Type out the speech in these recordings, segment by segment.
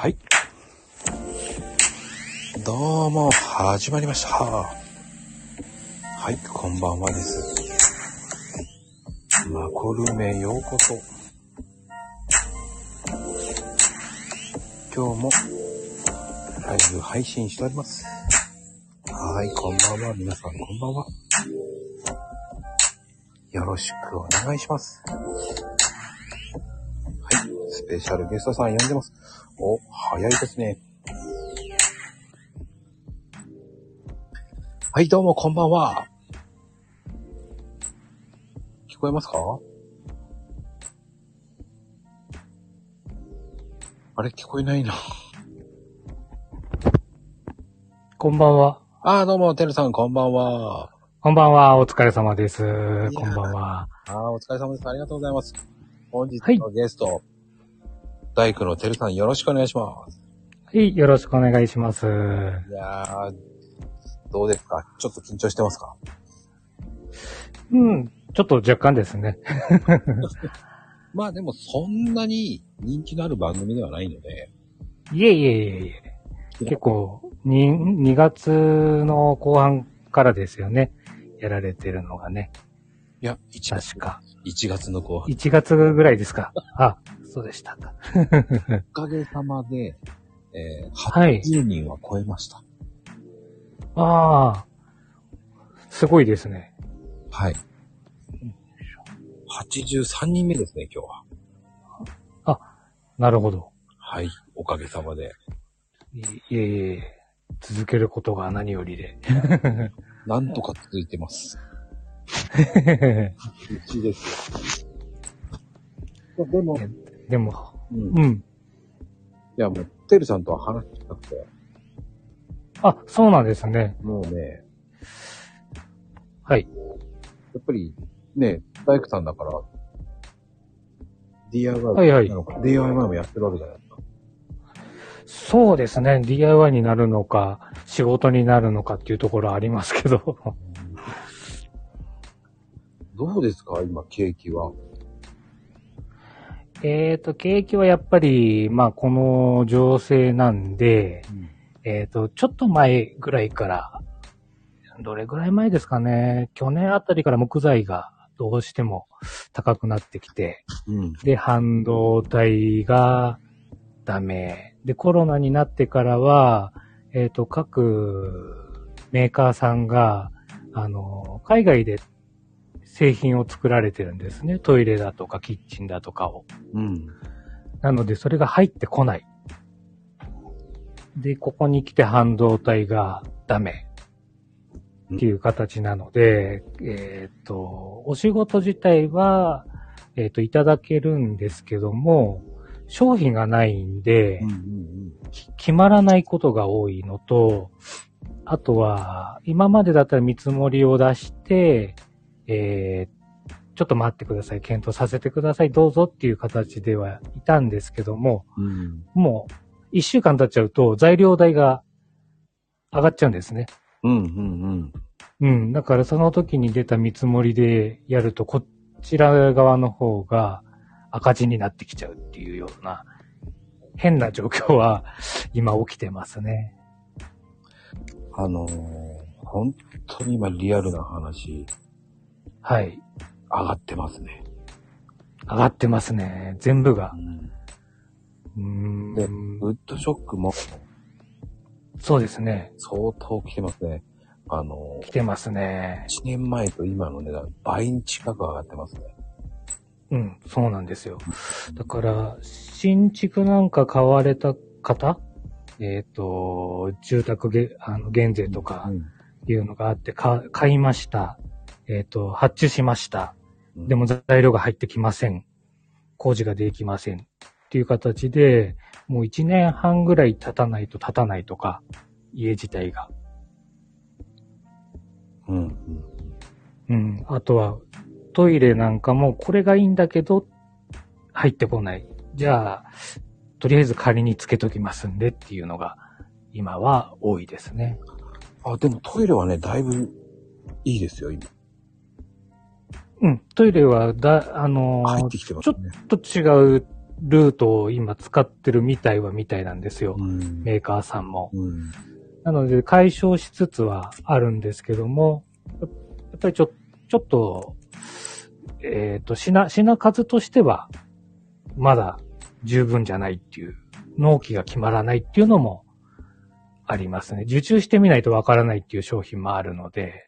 はい。どうも、始まりました。はい、こんばんはです。マコルメようこそ。今日もライブ配信しております。はい、こんばんは。皆さんこんばんは。よろしくお願いします。はい、スペシャルゲストさん呼んでます。お、早いですね。はい、どうもこんばんは。聞こえますか？あれ、聞こえないな。 こんばんは。 どうも、てるさん、こんばんは。 こんばんは。お疲れ様です。こんばんは。 お疲れ様です。ありがとうございます。本日のゲスト、はい、大工のてるさん、よろしくお願いします。 はい、よろしくお願いします。 どうですか？ちょっと緊張してますか？ ちょっと若干ですね。 まあでも、そんなに人気のある番組ではないので。 いえ。結構、2月の後半からですよね。やられてるのがね。 いや、確か。1月の後半。 1月ぐらいですか。あ、そうでした。 おかげさまで、80人は超えました。 すごいですね。 はい。83人目ですね、今日は。 なるほど。 はい、おかげさまで。 いえ。続けることが何よりで。 なんとか続いてます。嬉しいですよ。でも、いや、もう、てるさんとは話したくて。 そうなんですね。 もうね。 はい。 やっぱり、ね、大工さんだから、DIY なのか、DIY もやってるわけじゃないですか。 そうですね。DIY になるのか、仕事になるのかっていうところはありますけど。 どうですか今、景気は。 景気はやっぱり、この情勢なんで、ちょっと前ぐらいから、どれぐらい前ですかね。去年あたりから木材がどうしても高くなってきて、で、半導体がダメ。で、コロナになってからは、各メーカーさんが、海外で製品を作られてるんですね。トイレだとかキッチンだとかを。なので、それが入ってこない。で、ここに来て半導体がダメ。っていう形なので、お仕事自体は、いただけるんですけども、商品がないんで、決まらないことが多いのと、あとは、今までだったら見積もりを出して、ちょっと待ってください、検討させてください、どうぞっていう形ではいたんですけども、もう、1週間経っちゃうと材料代が上がっちゃうんですね。だからその時に出た見積もりでやると、こちら側の方が赤字になってきちゃうっていうような変な状況は今起きてますね。 本当に今リアルな話。 はい。 上がってますね。 上がってますね。全部が。 で、ウッドショックも。 そうですね。 相当来てますね。 来てますね。 1年前と今の値段、倍近く上がってますね。 そうなんですよ。だから、新築なんか買われた方、住宅減税とかいうのがあって、買いました。発注しました。でも材料が入ってきません。工事ができません。っていう形で、もう1年半ぐらい経たないとか、家自体が。あとは、トイレなんかも、これがいいんだけど、入ってこない。じゃあ、とりあえず仮につけときますんでっていうのが、今は多いですね。 でもトイレはね、だいぶいいですよ、今。 トイレは入ってきてますね。 ちょっと違うルートを今使ってるみたいなんですよ。メーカーさんも。なので解消しつつはあるんですけども、やっぱりちょっと、品数としては、まだ十分じゃないっていう、納期が決まらないっていうのもありますね。受注してみないとわからないっていう商品もあるので、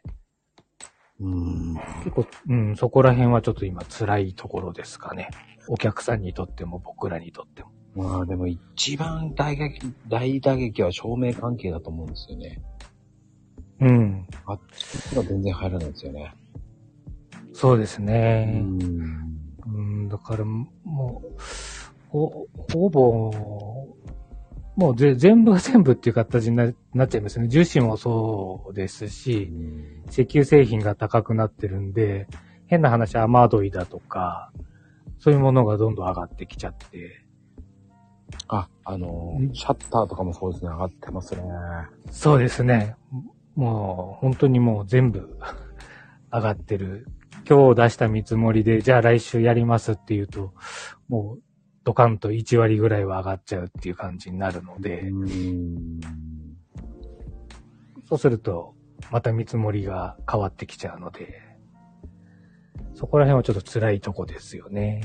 結構、そこら辺はちょっと今辛いところですかね。お客さんにとっても僕らにとっても。 まあでも一番大打撃は照明関係だと思うんですよね。あっちは全然入らないですよね。 そうですね。だからもう、ほぼ、もう全部が全部っていう形になっちゃいますね。樹脂もそうですし、石油製品が高くなってるんで、変な話、雨どいだとか、そういうものがどんどん上がってきちゃって。 シャッターとかもそうですね、上がってますね。 そうですね。もう、本当にもう全部上がってる。今日出した見積もりで、じゃあ来週やりますっていうと、もう、ドカンと1割ぐらいは上がっちゃうっていう感じになるので、そうすると、また見積もりが変わってきちゃうので、そこら辺はちょっと辛いとこですよね。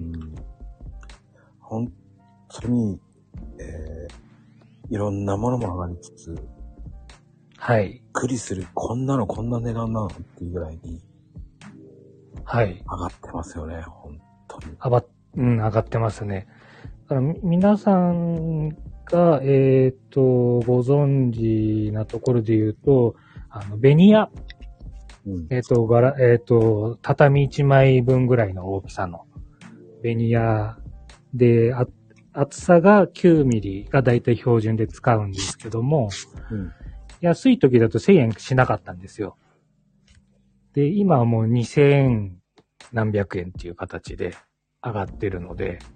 本当に、いろんなものも上がりつつ、 はい。 びっくりする、こんな値段なのっていうぐらいに、 はい。 上がってますよね、本当に。 上がってますね。だから皆さんが、ご存知なところで言うと、ベニヤ。畳1枚分ぐらいの大きさのベニヤで、厚さが9ミリがだいたい標準で使うんですけども、安い時だと1000円しなかったんですよ。で、今はもう2000何百円っていう形で上がってるので、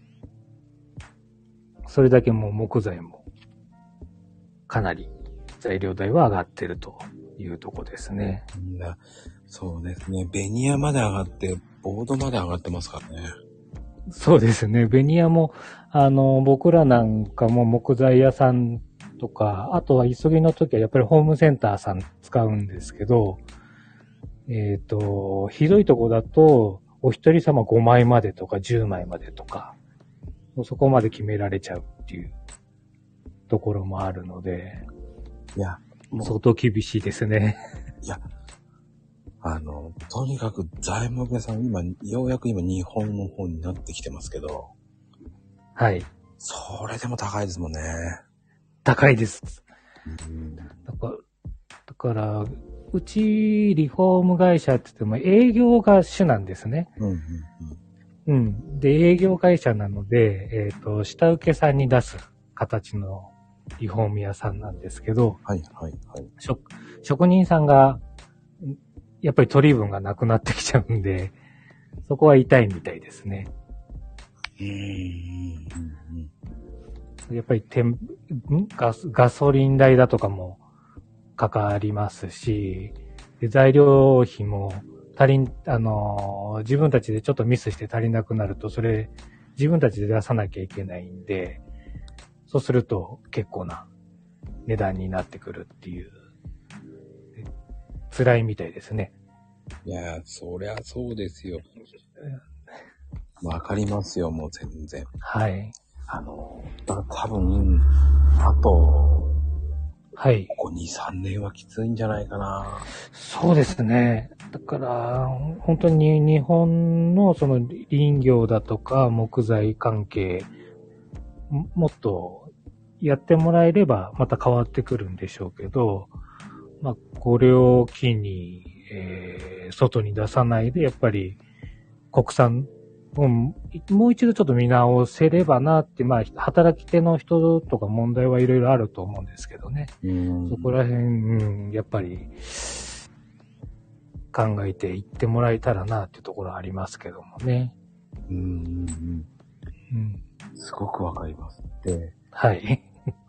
それだけもう木材もかなり材料代は上がってるというとこですね。 そうですね。ベニヤまで上がって、ボードまで上がってますからね。 そうですね。ベニヤも、僕らなんかも木材屋さんとか、あとは急ぎの時はやっぱりホームセンターさん使うんですけど、ひどいとこだと、お一人様5枚までとか10枚までとか、そこまで決められちゃうっていうところもあるので、 いや、 相当厳しいですね。 いや、とにかく材木屋さん、ようやく日本の方になってきてますけど、 はい。 それでも高いですもんね。 高いです。だから、うちリフォーム会社って言っても営業が主なんですね。で、営業会社なので、下請けさんに出す形のリフォーム屋さんなんですけど、職人さんが、やっぱり取り分がなくなってきちゃうんで、そこは痛いみたいですね。やっぱりガソリン代だとかもかかりますし、で材料費も自分たちでちょっとミスして足りなくなると、それ自分たちで出さなきゃいけないんで、そうすると結構な値段になってくるっていう、辛いみたいですね。 いや、そりゃそうですよ。わかりますよ、もう全然。 はい。 だから多分、あと、 はい。 ここ2、3年はきついんじゃないかな。 そうですね。だから、本当に日本のその林業だとか木材関係、もっとやってもらえればまた変わってくるんでしょうけど、これを機に、外に出さないで、やっぱり国産もう一度ちょっと見直せればなって、働き手の人とか問題はいろいろあると思うんですけどね。そこら辺、やっぱり考えていってもらえたらなっていうところはありますけどもね。 すごくわかります。で、 はい。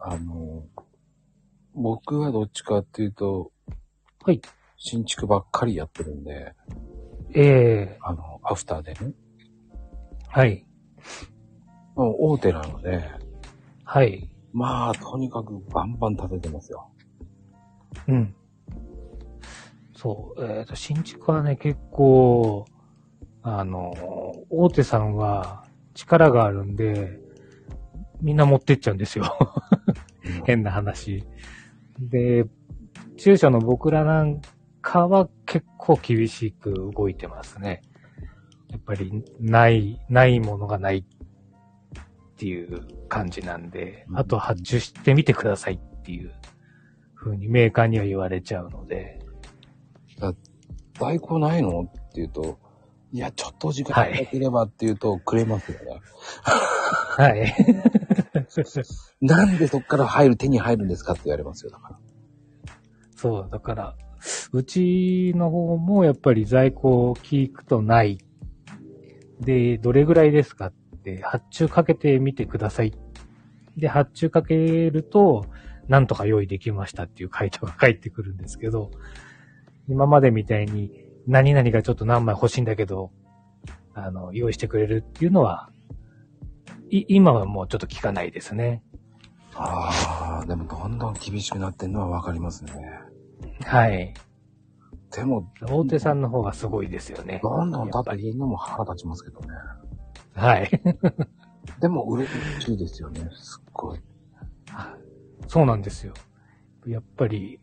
僕はどっちかっていうと、 はい。 新築ばっかりやってるんで、 アアフターでね。 はい。 大手なので、 はい。 まあ、とにかくバンバン建ててますよ。 うん。そう、新築はね、結構、大手さんは力があるんで、みんな持ってっちゃうんですよ。変な話。で、中小の僕らなんかは結構厳しく動いてますね。やっぱりないものがないっていう感じなんで、あと発注してみてくださいっていう風にメーカーには言われちゃうので。 在庫ないのって言うと、いや、ちょっと時間かければって言うとくれますよね。 はい。 なんでそっから手に入るんですかって言われますよ、だから。 そう、だから、うちの方もやっぱり在庫を聞くとない。で、どれぐらいですかって発注かけてみてください。で、発注かけると、なんとか用意できましたっていう回答が返ってくるんですけど、今までみたいに何々がちょっと何枚欲しいんだけど、用意してくれるっていうのは、今はもうちょっと聞かないですね。 ああ、でもどんどん厳しくなってんのはわかりますね。 はい。 でも、 大手さんの方がすごいですよね。 どんどん立ってるのも腹立ちますけどね。 はい。 でも嬉しいですよね、すっごい。 そうなんですよ。やっぱり、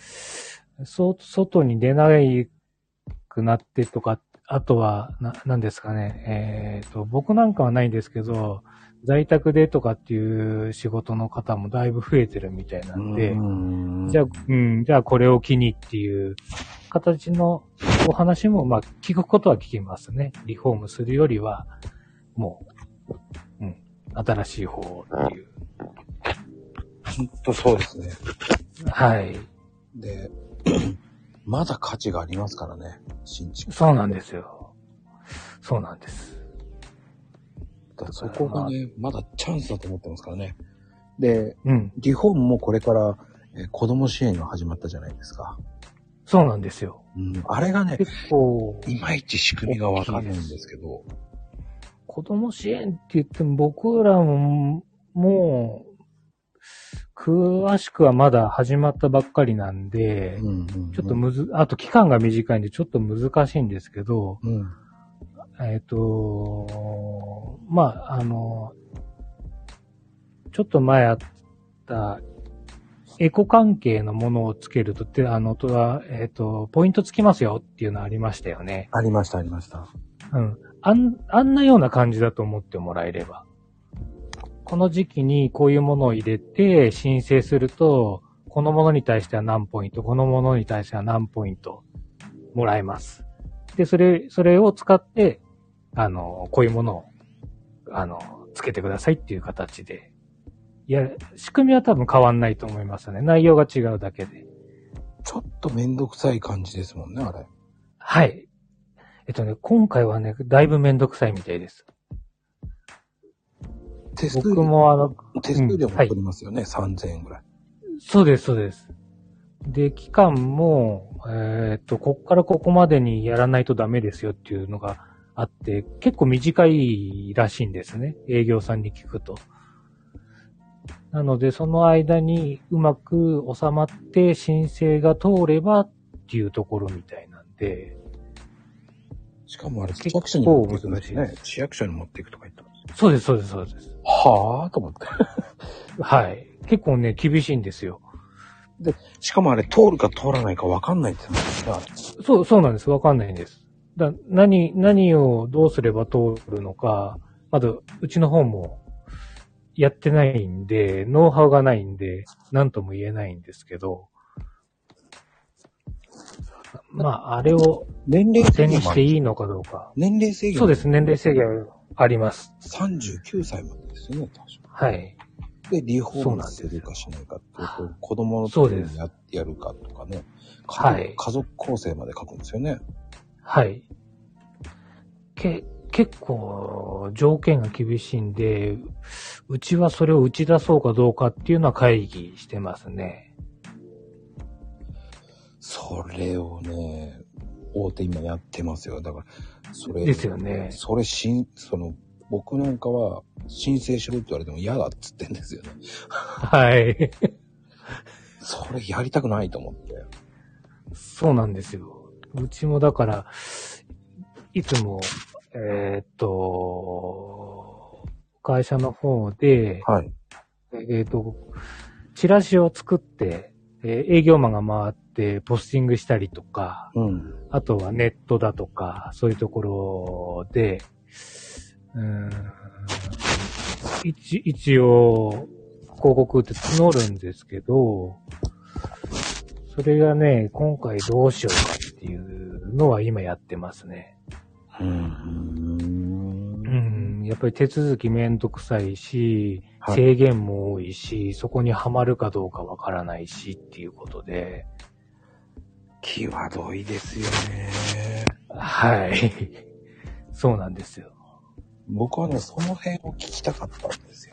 外に出ないくなってとか、あとは、何ですかね。僕なんかはないんですけど、在宅でとかっていう仕事の方もだいぶ増えてるみたいなんで、じゃあこれを機にっていう形のお話も、まあ、聞くことは聞きますね。リフォームするよりは、もう、新しい方っていう。 ほんとそうですね。 はい。 で、まだ価値がありますからね、新築。 そうなんですよ。そうなんです。 そこがね、まだチャンスだと思ってますからね。で、リフォームもこれから、子供支援が始まったじゃないですか。 そうなんですよ。 あれがね、 結構、 いまいち仕組みがわかんないんですけど。 子供支援って言っても僕らも、もう、詳しくはまだ始まったばっかりなんで、ちょっとあと期間が短いんでちょっと難しいんですけど、まあ、ちょっと前あった、エコ関係のものをつけると、ポイントつきますよっていうのありましたよね。 ありました、ありました。 あんなような感じだと思ってもらえれば。この時期にこういうものを入れて申請すると、このものに対しては何ポイント、このものに対しては何ポイントもらえます。で、それを使って、こういうものを、つけてくださいっていう形で。いや、仕組みは多分変わんないと思いますね。内容が違うだけで。 ちょっとめんどくさい感じですもんね、あれ。 はい。今回はね、だいぶめんどくさいみたいです。僕も手数料も取りますよね、3000円ぐらい。 そうです、そうです。で、期間も、こっからここまでにやらないとダメですよっていうのがあって、結構短いらしいんですね。営業さんに聞くと。なので、その間にうまく収まって申請が通ればっていうところみたいなんで。 しかもあれ、市役所に持っていくんですね。市役所に持っていくとか言ってます。 そうです、そうです、そうです。 はぁーと思って。はい。 結構ね、厳しいんですよ。 で、しかもあれ、通るか通らないか分かんないって言うんですか。そうなんです。分かんないんです。何をどうすれば通るのか、まだうちの方もやってないんで、ノウハウがないんで、何とも言えないんですけど、まあ、あれを年齢制限していいのかどうか。 年齢制限そうです、年齢制限あります。 39歳までですよね、確か。はい。 で、リフォームするかしないかっていうと、子供の時にやるかとかね。はい。家族構成まで書くんですよね。 はい。結構条件が厳しいんで、うちはそれを打ち出そうかどうかっていうのは会議してますね。 それをね、大手今やってますよ。だから、それ。 ですよね。 僕なんかは申請しろって言われても嫌だっつってんですよね。 はい。 それやりたくないと思って。 そうなんですよ。うちもだから、いつも、会社の方で、 はい。 チラシを作って、営業マンが回ってポスティングしたりとか、 うん。 あとはネットだとか、そういうところで、一応、広告って募るんですけど、それがね、今回どうしようかっていうのは今やってますね。やっぱり手続きめんどくさいし、 はい、 制限も多いし、そこにはまるかどうかわからないしっていうことで。 際どいですよね。 はい。そうなんですよ。 僕はね、その辺を聞きたかったんですよ。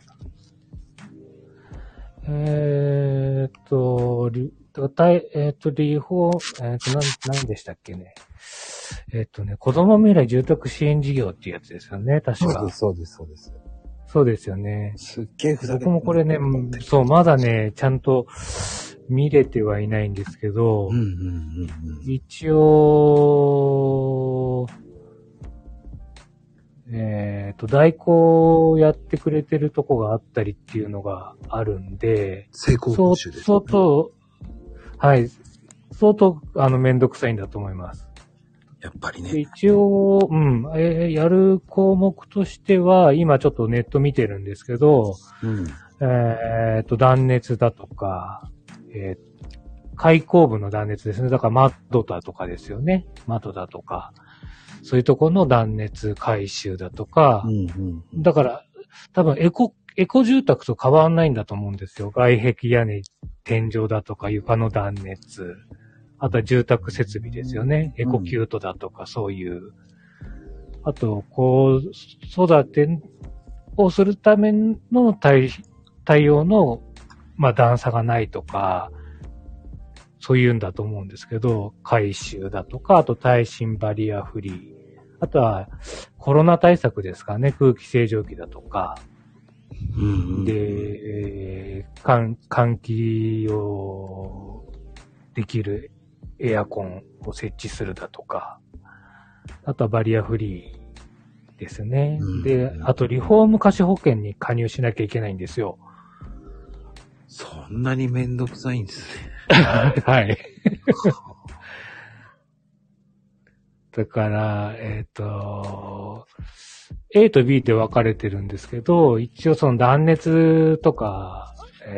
何でしたっけね。子供未来住宅支援事業っていうやつですよね、確か。 そうです。 そうですよね。 すっげえふざけて僕もこれね、そう、まだね、ちゃんと見れてはいないんですけど、一応、代行やってくれてるとこがあったりっていうのがあるんで、 成功報酬です、ね。 相当、はい、相当、めんどくさいんだと思います。 やっぱりね。 一応、やる項目としては、今ちょっとネット見てるんですけど、断熱だとか、開口部の断熱ですね。だから窓だとかですよね。窓だとか。そういうところの断熱改修だとか、だから多分エコ住宅と変わんないんだと思うんですよ。外壁屋根、天井だとか床の断熱。あとは住宅設備ですよね。エコキュートだとかそういう。あと、子育てをするための対応の、段差がないとか、そういうんだと思うんですけど、改修だとか、あと耐震バリアフリー。あとはコロナ対策ですかね、空気清浄機だとか。で、換気をできるエアコンを設置するだとか。あとはバリアフリーですね。で、あとリフォーム貸し保険に加入しなきゃいけないんですよ。 そんなにめんどくさいんですね。 はい。だから、A と B って分かれてるんですけど、一応その断熱とか、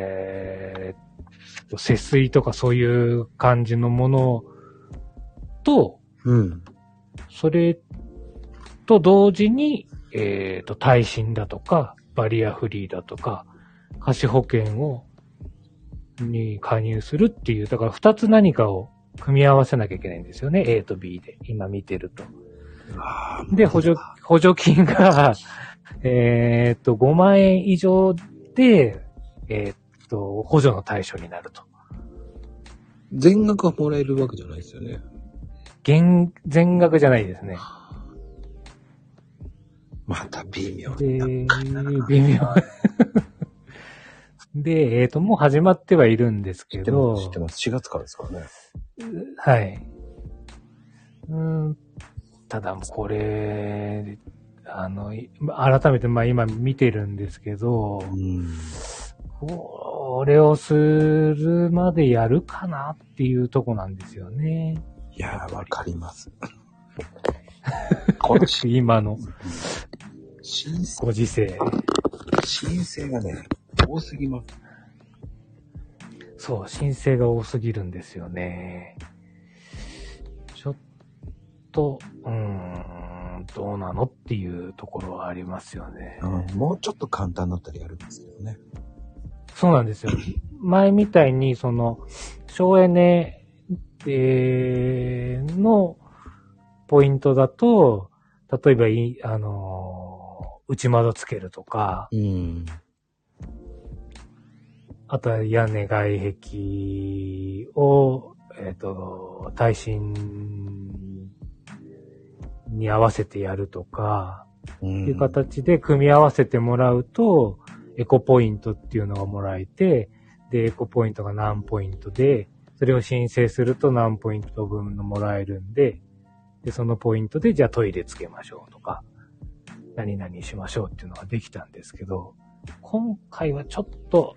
節水とかそういう感じのものと、それと同時に、耐震だとか、バリアフリーだとか、貸し保険に加入するっていう、だから2つ何かを組み合わせなきゃいけないんですよね。A と B で。今見てると。で、補助金が、5万円以上で、補助の対象になると。 全額はもらえるわけじゃないですよね。 全額じゃないですね。 また微妙微妙。で、もう始まってはいるんですけど。 知ってます。4月からですからね。 はい。ただ、これ、改めて、今見てるんですけど、これをするまでやるかなっていうとこなんですよね。 いやー、わかります。 今のご時世。 申請がね、多すぎます。 そう、申請が多すぎるんですよね。ちょっと、どうなのっていうところはありますよね。 もうちょっと簡単だったらやるんですけどね。 そうなんですよ。前みたいに、省エネ、のポイントだと、例えば、内窓つけるとか、あとは屋根外壁を、耐震に合わせてやるとか、 いう形で組み合わせてもらうと、エコポイントっていうのがもらえて、で、エコポイントが何ポイントで、それを申請すると何ポイント分のもらえるんで、で、そのポイントでじゃあトイレつけましょうとか、何々しましょうっていうのができたんですけど、今回はちょっと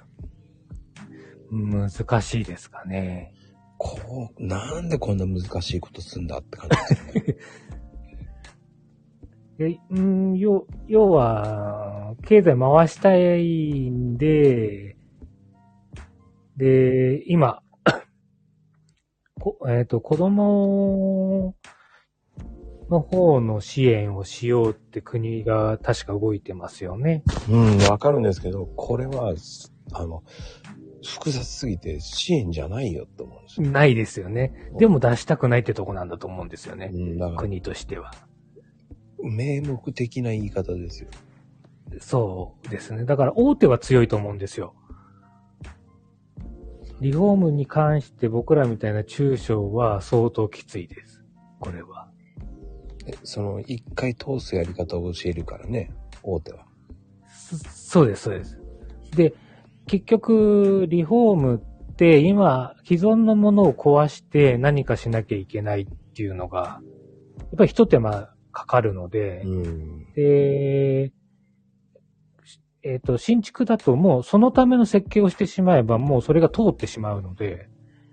難しいですかね。 なんでこんな難しいことすんだって感じですね。要は、経済回したいんで、で、今、子供の方の支援をしようって国が確か動いてますよね。 わかるんですけど、これは、複雑すぎて支援じゃないよって思うんですよ。 ないですよね。でも出したくないってとこなんだと思うんですよね。 だから国としては。 名目的な言い方ですよ。 そうですね。だから大手は強いと思うんですよ。リフォームに関して僕らみたいな中小は相当きついです。これは。 一回通すやり方を教えるからね、大手は。 そうです、そうです。で、結局、リフォームって今、既存のものを壊して何かしなきゃいけないっていうのが、やっぱり一手間かかるので、で、新築だともうそのための設計をしてしまえばもうそれが通ってしまうので、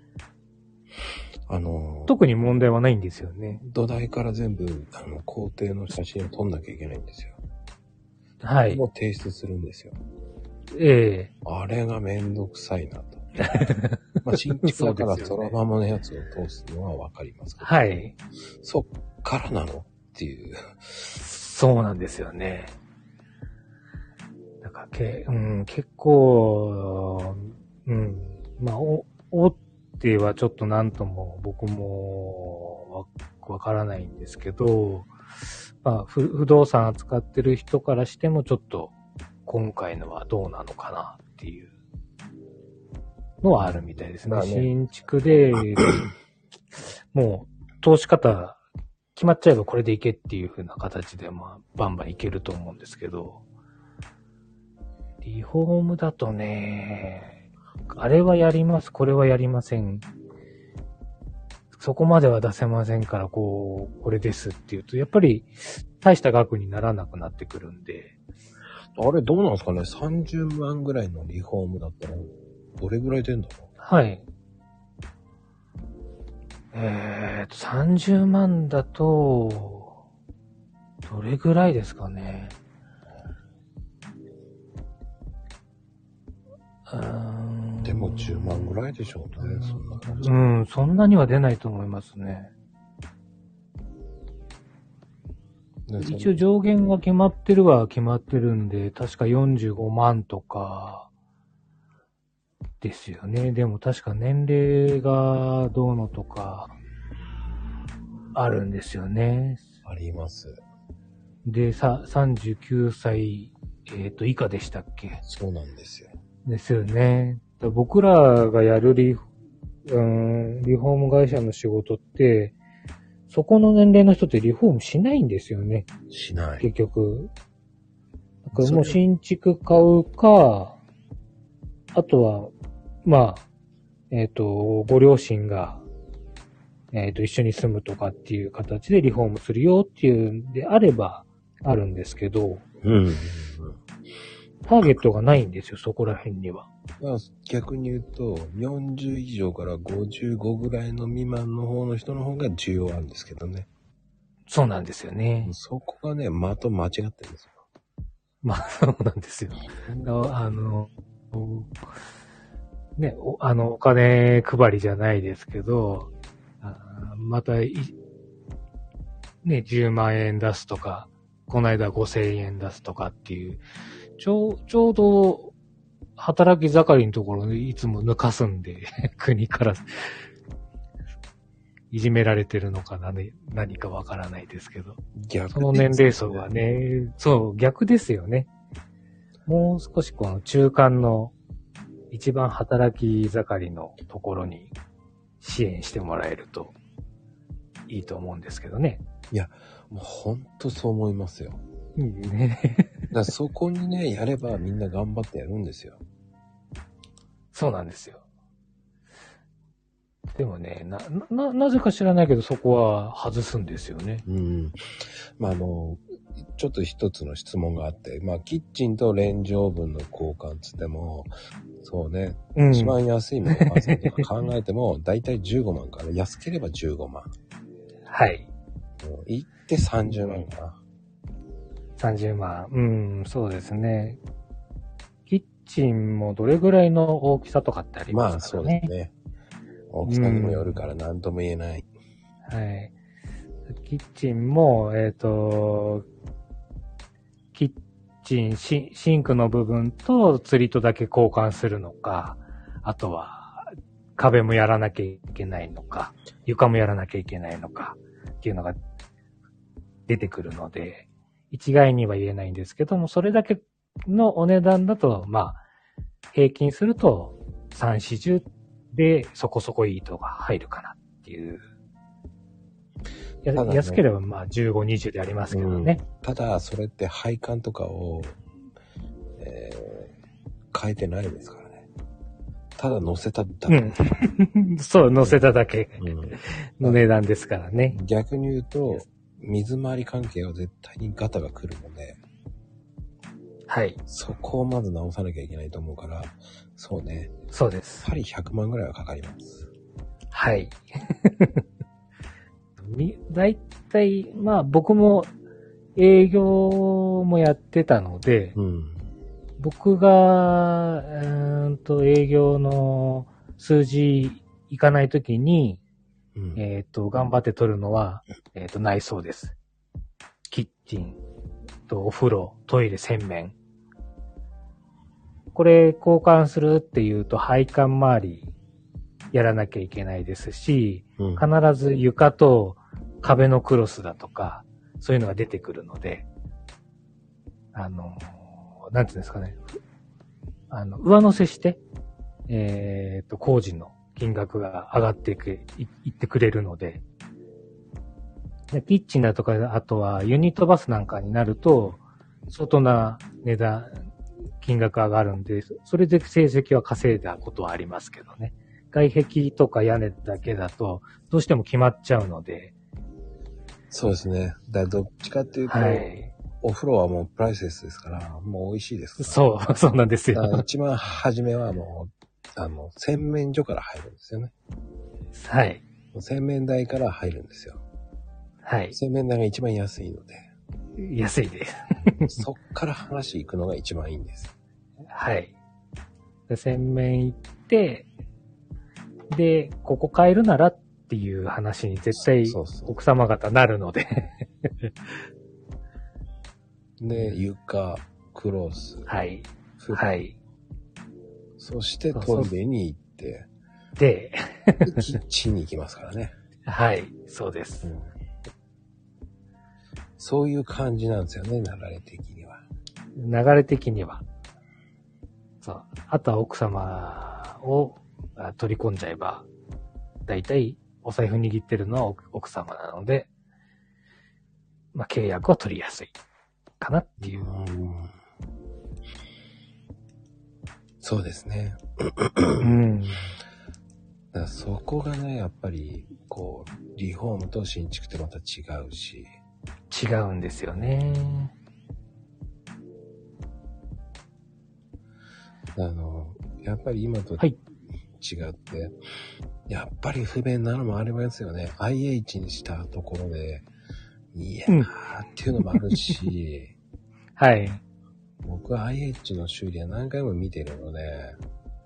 特に問題はないんですよね。 土台から全部、工程の写真を撮んなきゃいけないんですよ。 はい。 もう提出するんですよ。あれがめんどくさいなと。まあ、新築だからそのままのやつを通すのはわかりますけど。 はい。 そっからなのっていう。 そうなんですよね。だから結構、まあ、大手はちょっとなんとも僕もわからないんですけど、まあ、不動産扱ってる人からしてもちょっと今回のはどうなのかなっていうのはあるみたいですね。新築で、もう通し方決まっちゃえばこれでいけっていう風な形で、まあ、バンバンいけると思うんですけど、リフォームだとね、あれはやります、これはやりません。そこまでは出せませんから、これですっていうと、やっぱり大した額にならなくなってくるんで。 あれどうなんですかね ?30 万ぐらいのリフォームだったら、どれぐらい出んだろう？ はい。30万だと、どれぐらいですかね。 でも10万ぐらいでしょうね。 そんなには出ないと思いますね。一応上限が決まってるは決まってるんで、確か45万とかですよね。でも確か年齢がどうのとかあるんですよね。 あります。 で、39歳、以下でしたっけ？ そうなんですよ。 ですよね。僕らがやるリフォーム会社の仕事って、そこの年齢の人ってリフォームしないんですよね。 しない。 結局。だからもう新築買うか、あとは、まあ、ご両親が、一緒に住むとかっていう形でリフォームするよっていうんであれば、あるんですけど、ターゲットがないんですよ、そこら辺には。 逆に言うと、40以上から55ぐらいの未満の方の人の方が需要あるんですけどね。 そうなんですよね。 そこがね、間違ってるんですよ。 まあ、そうなんですよ。ね、お金配りじゃないですけど、またね、10万円出すとか、この間5000円出すとかっていう、ちょうど、働き盛りのところにいつも抜かすんで、国からいじめられてるのかな、ね、何かわからないですけど。その年齢層はね、そう、逆ですよね。もう少しこの中間の一番働き盛りのところに支援してもらえるといいと思うんですけどね。 いや、もうほんとそう思いますよ。 ね。 だそこにね、やればみんな頑張ってやるんですよ。 そうなんですよ。でもね、なぜか知らないけど、そこは外すんですよね。 うん。まあ、ちょっと一つの質問があって、まあ、キッチンとレンジオーブンの交換つっても、そうね、一番安いものとか考えても、だいたい15万から、安ければ15万。 はい。 行って30万かな。 30万。うん、そうですね。キッチンもどれぐらいの大きさとかってありますからね。 まあ、そうですね。大きさにもよるから何とも言えない。 はい。キッチンも、キッチン、シンクの部分と釣り戸だけ交換するのか、あとは壁もやらなきゃいけないのか、床もやらなきゃいけないのかっていうのが出てくるので、一概には言えないんですけども、それだけのお値段だと、まあ、平均すると3、40でそこそこいい糸が入るかなっていう。安ければまあ15、20でありますけどね。 ただ、それって配管とかを、変えてないですからね。ただ乗せただけ。 そう、乗せただけの値段ですからね。 逆に言うと、水回り関係は絶対にガタが来るので、 はい。 そこをまず直さなきゃいけないと思うから、そうね。 そうです。 やはり100万ぐらいはかかります。 はい。だいたい、まあ僕も営業もやってたので、僕が、営業の数字いかないときに、頑張って取るのは、内装です。キッチンとお風呂、トイレ、洗面。これ交換するっていうと配管周りやらなきゃいけないですし、必ず床と壁のクロスだとか、そういうのが出てくるので、なんていうんですかね。上乗せして、工事の金額が上がっていってくれるので、キッチンだとか、あとはユニットバスなんかになると、相当な値段、金額上がるんで、それで成績は稼いだことはありますけどね。外壁とか屋根だけだと、どうしても決まっちゃうので。 そうですね。どっちかっていうと、はい、お風呂はもうプライスレスですから、もう美味しいですから。 そうなんですよ。 一番初めはもう、洗面所から入るんですよね。 はい。 洗面台から入るんですよ。 はい。 洗面台が一番安いので。 安いです。 そっから話行くのが一番いいんです。 はい。で洗面行って、で、ここ変えるならっていう話に絶対奥様方なるので。 で、床、クロス。 はい。はい。 そしてトイレに行って。 で、 キッチンに行きますからね。 はい、そうです。 そういう感じなんですよね、流れ的には。 流れ的には。そう。あとは奥様を取り込んじゃえば、だいたいお財布握ってるのは奥様なので、まあ契約は取りやすいかなっていう。 そうですね。だからそこがね、やっぱり、こう、リフォームと新築ってまた違うし。 違うんですよね。 やっぱり今と違って、やっぱり不便なのもありますよね。IH にしたところで、いやーっていうのもあるし、 はい。 僕は IH の修理は何回も見てるので、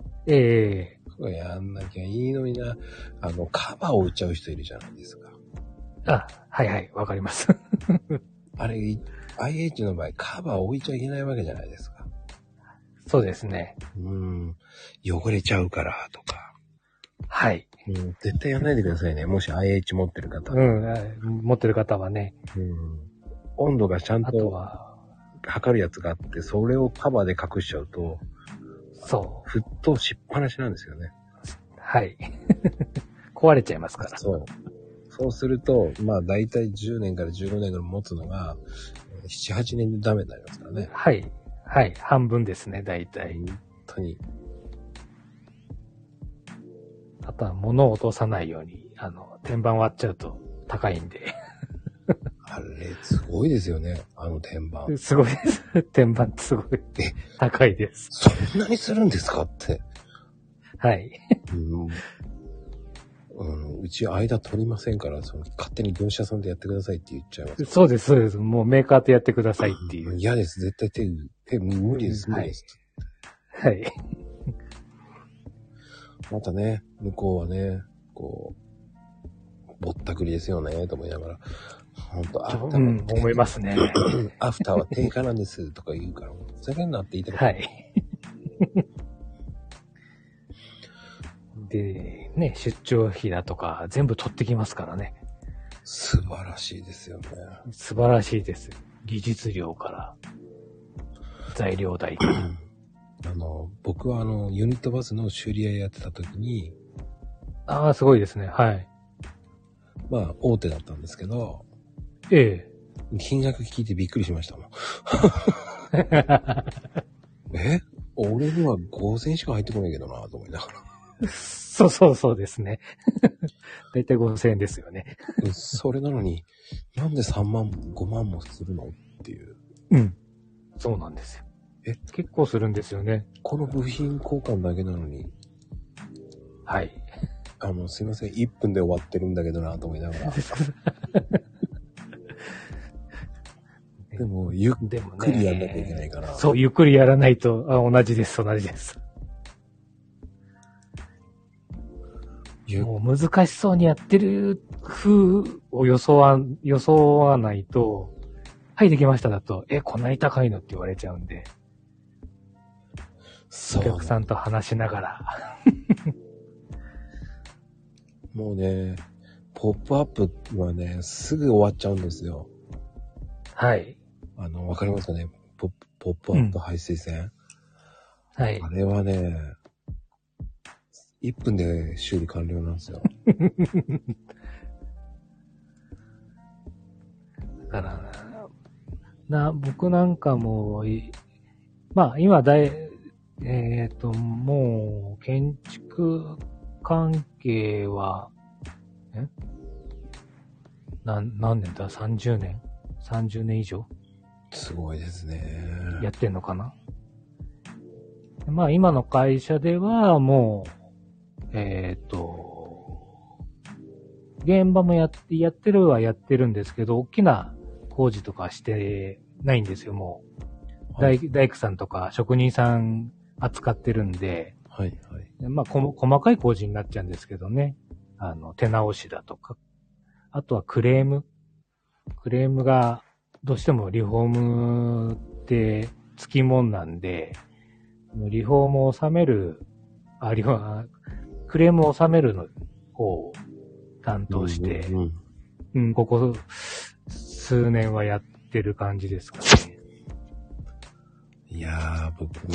やんなきゃいいのにな。カバーを置いちゃう人いるじゃないですか。 はいはい、わかります。 あれ、IH の場合、カバー置いちゃいけないわけじゃないですか。 そうですね。 汚れちゃうからとか。 はい。 絶対やんないでくださいね。もし IH 持ってる方。 持ってる方はね。 温度がちゃんと測るやつがあって、それをカバーで隠しちゃうと、沸騰しっぱなしなんですよね。 はい。壊れちゃいますから。 そうすると、まあ大体10年から15年ぐらい持つのが、 7、8年でダメになりますからね。 はい。はい。半分ですね、大体。 本当に。 あとは物を落とさないように、天板割っちゃうと高いんで。 あれ、すごいですよね、天板。 すごいです。天板すごい。高いです。 そんなにするんですかって。 はい。 うち間取りませんから、勝手に業者さんでやってくださいって言っちゃいます。 そうです、そうです。もうメーカーでやってくださいっていう。 嫌です。絶対無理です、無理です。 はい。 またね、向こうはね、こう、ぼったくりですよね、と思いながら。本当思いますね。 アフターは定価なんですとか言うから、ふざけんなって言いたくはい。で、ね、出張費だとか全部取ってきますからね。 素晴らしいですよね。 素晴らしいです。技術料から、材料代から。 僕はユニットバスの修理屋やってた時に、 ああ、すごいですね。はい。 まあ、大手だったんですけど、 ええ。 金額聞いてびっくりしましたもん。俺には5000しか入ってこないけどなと思いながら。 そうですね。だいたい5000円ですよね。 それなのに、なんで3万、5万もするのっていう。 うん。そうなんですよ。結構するんですよね。 この部品交換だけなのに。 はい。 すいません、1分で終わってるんだけどなと思いながら。でも、ゆっくりやんなきゃいけないから。 そう、ゆっくりやらないと、同じです、同じです。もう難しそうにやってる風を予想はないと、はい、できましただと、こんなに高いのって言われちゃうんで。お客さんと話しながら。 もうね、ポップアップはね、すぐ終わっちゃうんですよ。 はい。 わかりますかね、ポップアップ排水栓、 はい。 あれはね、1分で修理完了なんですよ。 だから僕なんかも、まあ今もう建築関係は、何年だ ?30 年 ?30 年以上すごいですね。 やってんのかな。まあ今の会社ではもう、現場もやってるんですけど、大きな工事とかしてないんですよ、もう。大工さんとか職人さん扱ってるんで、 はいはい。 まあ細かい工事になっちゃうんですけどね。手直しだとか。あとはクレームがどうしてもリフォームってつきもんなんで、リフォームを収める、クレームを収めるのを担当して、ここ数年はやってる感じですかね。 いやー、僕も、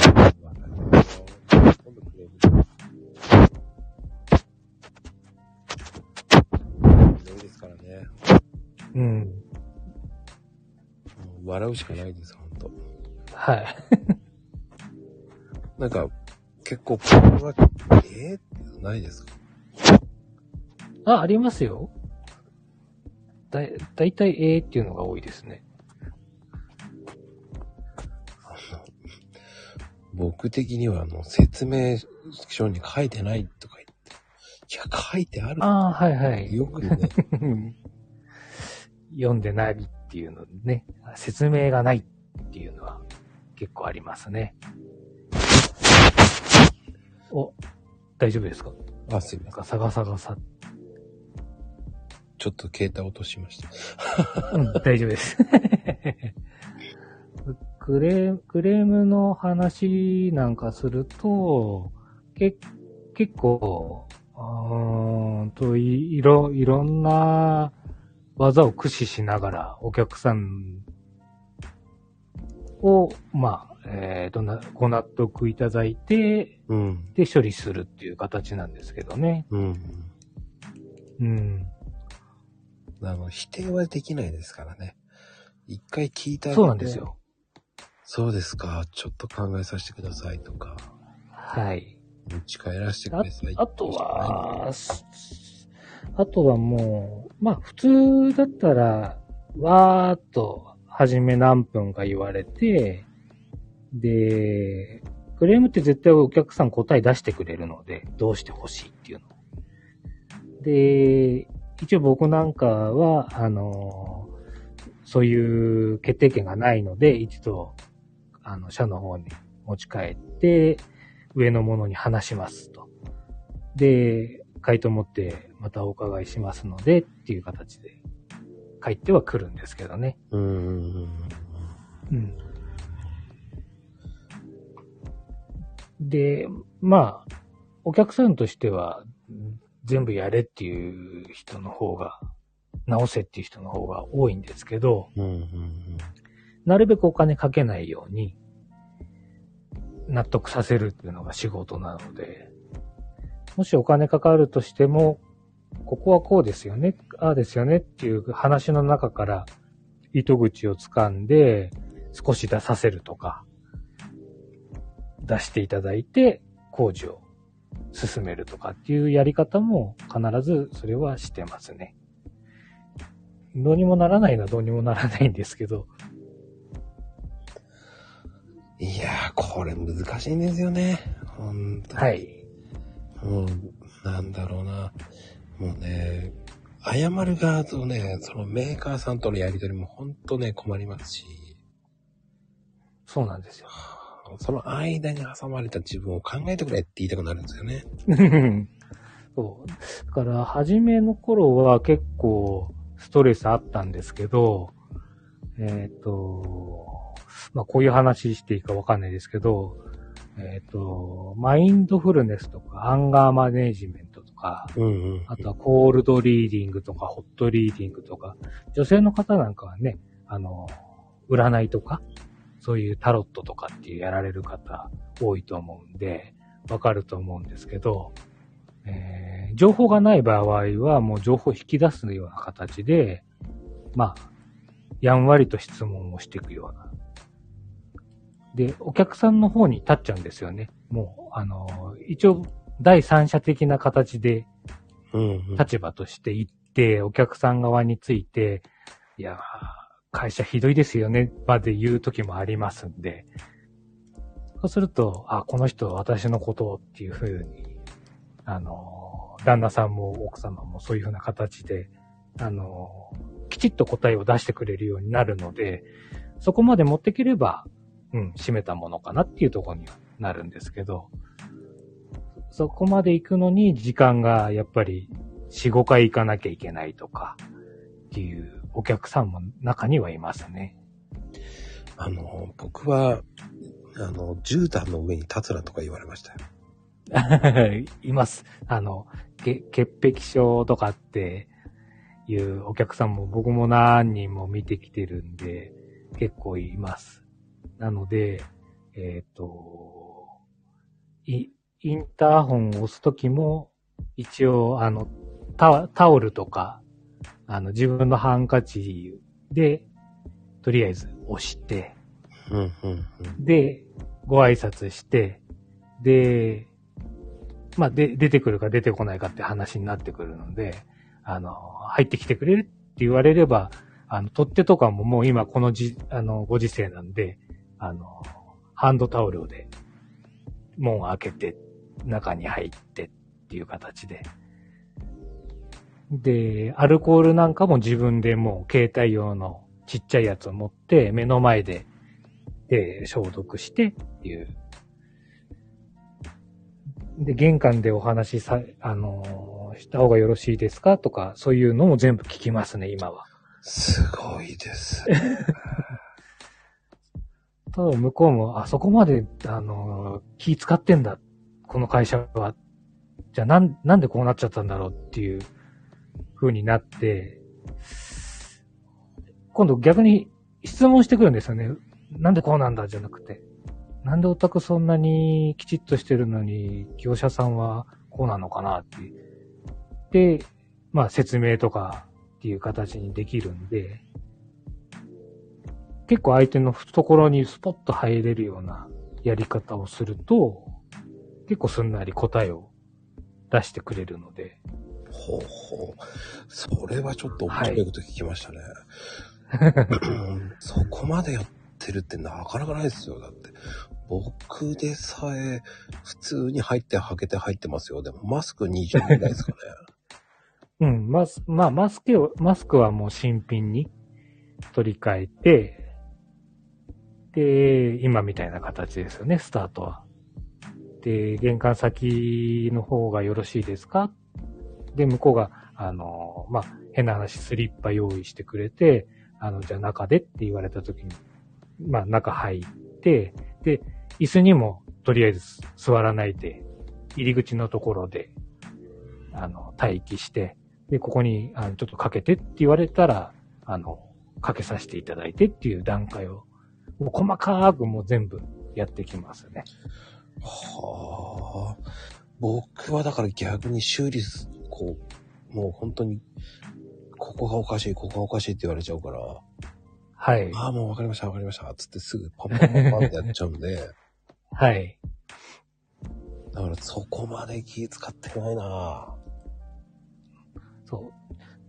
ですからね。 うん。 笑うしかないです、ほんと。 はい。 なんか、結構、これは、ってないですか？ ありますよ。だいたいっていうのが多いですね。 僕的には説明書に書いてないとか言って。いや、書いてある。 はいはい。 よくね。 読んでないっていうのね。説明がないっていうのは結構ありますね。大丈夫ですか？ すいません。 ガサガサガサ。 ちょっと携帯落としました。 大丈夫です。クレームの話なんかすると、結構、いろんな技を駆使しながらお客さんを、ご納得いただいて、で処理するっていう形なんですけどね。 否定はできないですからね。 一回聞いた。 そうなんですよ。 そうですか。ちょっと考えさせてくださいとか。 はい。 持ち帰らせてください。 あとはもう、まあ普通だったら、わーっと、はじめ何分か言われて、で、クレームって絶対お客さん答え出してくれるので、どうしてほしいっていうの。で、一応僕なんかは、そういう決定権がないので、一度、社の方に持ち帰って、上の者に話しますと。で、回答持ってまたお伺いしますので、っていう形で帰っては来るんですけどね。うん。で、まあ、お客さんとしては、全部やれっていう人の方が、直せっていう人の方が多いんですけど、なるべくお金かけないように、納得させるっていうのが仕事なので、もしお金かかるとしても、ここはこうですよね、ああですよねっていう話の中から糸口をつかんで少し出させるとか、出していただいて工事を進めるとかっていうやり方も必ずそれはしてますね。どうにもならないのはどうにもならないんですけど。 いやー、これ難しいんですよね。本当に。はい。もう、なんだろうな。もうね、謝る側とね、そのメーカーさんとのやりとりも本当ね、困りますし。 そうなんですよ。 その間に挟まれた自分を考えてくれって言いたくなるんですよね。 そう。だから、初めの頃は結構ストレスあったんですけど、まあ、こういう話していいかわかんないですけど、マインドフルネスとか、アンガーマネージメントとか、あとはコールドリーディングとか、ホットリーディングとか、女性の方なんかはね、占いとか、そういうタロットとかっていうやられる方多いと思うんで、わかると思うんですけど、情報がない場合はもう情報を引き出すような形で、まあ、やんわりと質問をしていくような。で、お客さんの方に立っちゃうんですよね。もう、一応、第三者的な形で、立場として行って、お客さん側について、いや、会社ひどいですよね、まで言う時もありますんで、そうすると、この人は私のことをっていうふうに、旦那さんも奥様もそういうふうな形で、きちっと答えを出してくれるようになるので、そこまで持ってければ、締めたものかなっていうところにはなるんですけど、そこまで行くのに時間がやっぱり 4,5 回行かなきゃいけないとかっていうお客さんも中にはいますね。 僕は、絨毯の上に立つなとか言われましたよ。 います。潔癖症とかっていうお客さんも僕も何人も見てきてるんで結構います。なので、インターホンを押すときも、一応、タオルとか、自分のハンカチで、とりあえず押して、で、ご挨拶して、で、まあ、出てくるか出てこないかって話になってくるので、入ってきてくれるって言われれば、取っ手とかももう今このご時世なんで、ハンドタオルで門を開けて中に入ってっていう形で。で、アルコールなんかも自分でもう携帯用のちっちゃいやつを持って目の前で消毒してっていう。で、玄関でお話した方がよろしいですかとか、そういうのも全部聞きますね、今は。 すごいです。 ただ向こうも、そこまで、気使ってんだ、この会社は。じゃあなんでこうなっちゃったんだろうっていう風になって、今度逆に質問してくるんですよね。なんでこうなんだじゃなくて。なんでお宅そんなにきちっとしてるのに、業者さんはこうなのかなって。で、まあ説明とかっていう形にできるんで、 結構相手の懐にスポッと入れるようなやり方をすると、結構すんなり答えを出してくれるので。 ほうほう。それはちょっと面白いこと聞きましたね。そこまでやってるってなかなかないですよ。だって。僕でさえ普通に入ってはけて入ってますよ。でもマスク20ぐらいですかね。 うん、マスクはもう新品に取り替えて、で、今みたいな形ですよね、スタートは。で、玄関先の方がよろしいですか？で、向こうが、変な話、スリッパ用意してくれて、じゃあ中でって言われた時に、中入って、で、椅子にもとりあえず座らないで、入り口のところで、待機して、で、ここに、ちょっとかけてって言われたら、かけさせていただいてっていう段階を、もう細かくもう全部やってきますね。 はあ。僕はだから逆に修理、もう本当に、ここがおかしいって言われちゃうから。 はい。 ああ、もうわかりました。つってすぐパンパンパンパンってやっちゃうんで。 はい。 だからそこまで気使ってないな。 そう。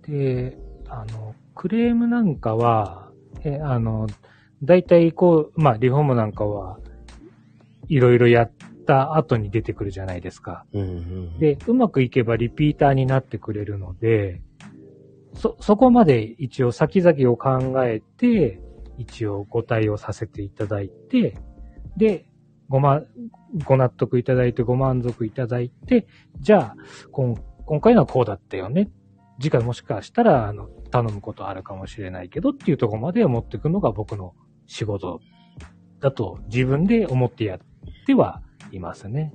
で、クレームなんかは、だいたいリフォームなんかは、いろいろやった後に出てくるじゃないですか。で、うまくいけばリピーターになってくれるので、そこまで一応先々を考えて、一応ご対応させていただいて、で、ご納得いただいて、ご満足いただいて、じゃあ、今回のはこうだったよね。次回もしかしたら、頼むことあるかもしれないけどっていうところまで持っていくのが僕の仕事だと自分で思ってやってはいますね。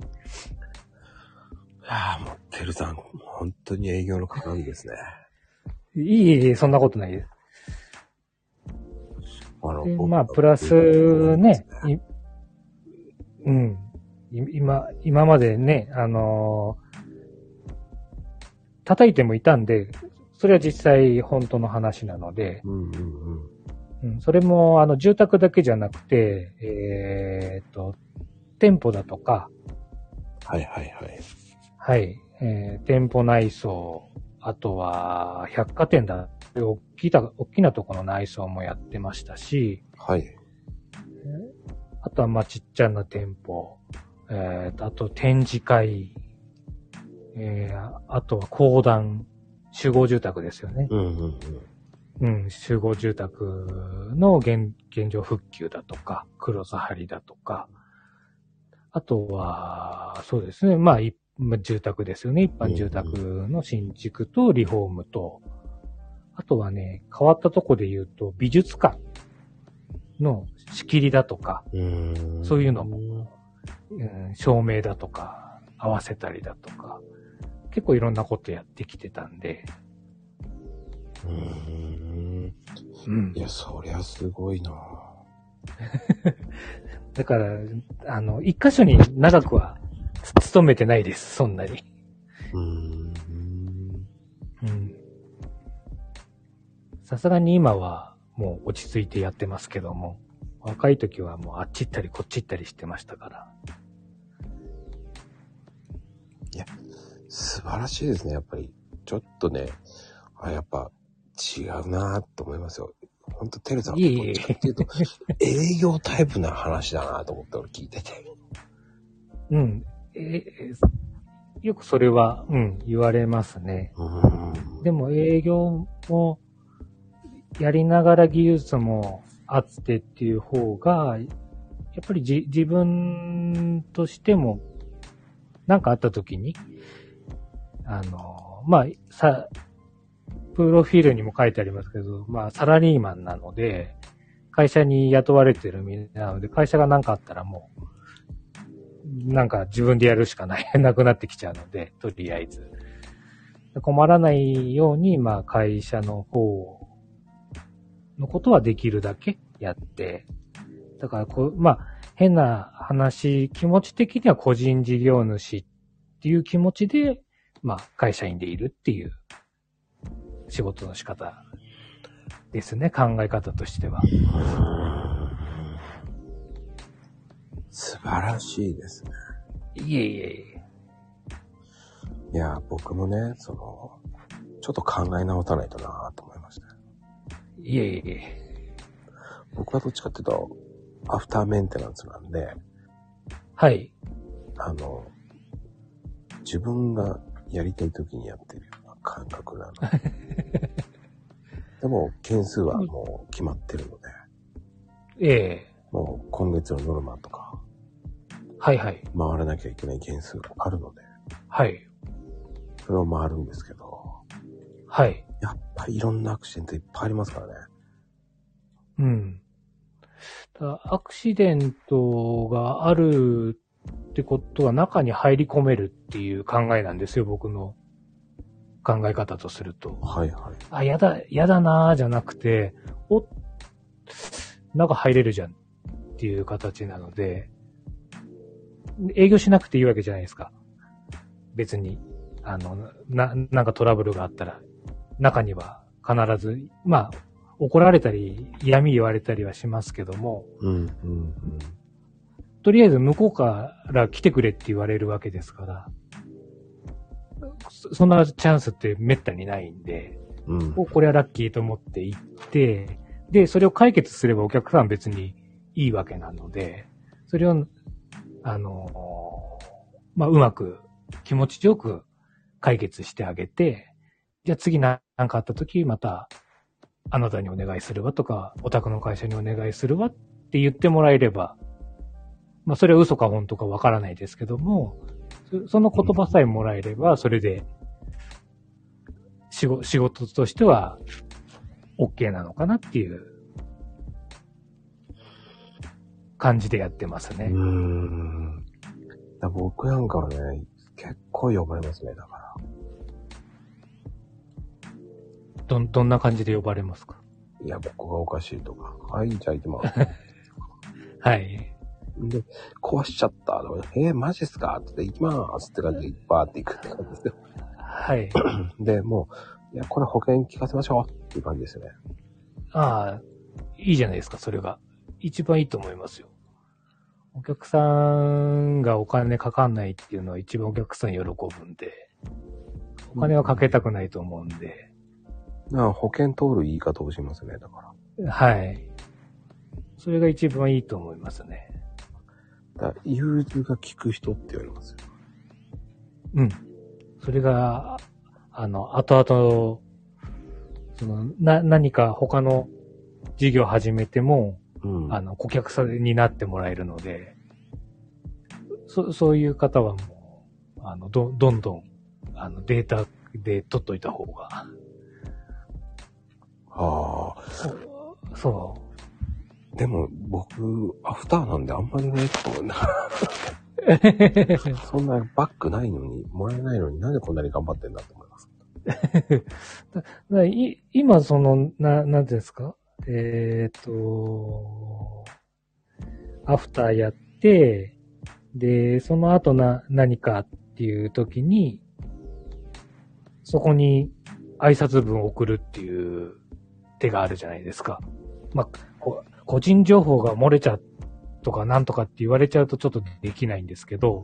もう、てるさん、本当に営業の鏡ですね。 いい、そんなことないです。で、プラスね、今までね、叩いてもいたんで、それは実際本当の話なので、それも住宅だけじゃなくて、店舗だとか、はい、店舗内装、あとは百貨店だ、大きなところの内装もやってましたし、 はい。 あとはちっちゃな店舗、あと展示会、あとは公団、集合住宅ですよね。集合住宅の現状復旧だとか、クロス張りだとか、あとは、そうですね、住宅ですよね。一般住宅の新築とリフォームと、あとはね、変わったとこで言うと、美術館の仕切りだとか、そういうのも、照明だとか、合わせたりだとか、結構いろんなことやってきてたんで。 いや、そりゃすごいなだから、一箇所に長くは勤めてないです、そんなに。さすがに今はもう落ち着いてやってますけども、若い時はもうあっち行ったりこっち行ったりしてましたから。 いや、素晴らしいですね、やっぱり。ちょっとね、やっぱ違うなと思いますよ。ほんと、てるさん、どっちかっていうと、営業タイプな話だなと思って俺聞いてて。 よくそれは、言われますね。でも営業もやりながら技術もあってっていう方が、やっぱり自分としても、なんかあった時に、プロフィールにも書いてありますけど、サラリーマンなので、会社に雇われてる身なので、会社が何かあったらもう、なんか自分でやるしかなくなってきちゃうので、とりあえず。困らないように、会社の方のことはできるだけやって、だから変な話、気持ち的には個人事業主っていう気持ちで、会社員でいるっていう仕事の仕方ですね、考え方としては。 素晴らしいですね。 いえいえいえ。 いや、僕もね、ちょっと考え直さないとなと思いました。 いえいえ。 僕はどっちかっていうと、アフターメンテナンスなんで、 はい。 自分がやりたい時にやってるような感覚なの。でも、件数はもう決まってるので。 ええ。 もう今月のノルマとか。 はいはい。 回らなきゃいけない件数があるので。 はい。 それを回るんですけど。 はい。 やっぱりいろんなアクシデントいっぱいありますからね。 うん。アクシデントがあるってことは中に入り込めるっていう考えなんですよ、僕の考え方とすると。 はいはい。 あ、やだなーじゃなくて、中入れるじゃんっていう形なので、営業しなくていいわけじゃないですか。別に。なんかトラブルがあったら、中には必ず、まあ、怒られたり、嫌味言われたりはしますけども、とりあえず向こうから来てくれって言われるわけですから、そんなチャンスって滅多にないんで、これはラッキーと思って行って、で、それを解決すればお客さん別にいいわけなので、それを、まあ、うまく気持ちよく解決してあげて、じゃあ次なんかあった時またあなたにお願いするわとか、お宅の会社にお願いするわって言ってもらえれば、まあそれは嘘か本当かわからないですけども、その言葉さえもらえれば、それで仕事としては OK なのかなっていう感じでやってますね。 僕なんかはね、結構呼ばれますね、だから。 どんな感じで呼ばれますか？ いや、ここがおかしいとか。はい、じゃあ行きます。 はい。 で、壊しちゃった。マジっすかって言って、行きますって感じでバーって行くって感じですよ。 はい。 で、もう、いや、これ保険聞かせましょうっていう感じですよね。 ああ、いいじゃないですか、それが。一番いいと思いますよ。お客さんがお金かかんないっていうのは一番お客さん喜ぶんで、お金はかけたくないと思うんで。 保険通る言い方をしますね、だから。はい。それが一番いいと思いますね。 融通が利く人って言われますよ。 うん。それが、後々、何か他の事業始めても、顧客さんになってもらえるので、そういう方はもう、どんどん、データで取っといた方が。 ああ。 そう。 でも、僕、アフターなんであんまりね、そんなバックないのに、もらえないのになんでこんなに頑張ってんだと思います。 今、なんていうんですか？アフターやって、で、その後何かっていう時に、そこに挨拶文を送るっていう手があるじゃないですか。まあ、個人情報が漏れちゃうとかなんとかって言われちゃうとちょっとできないんですけど。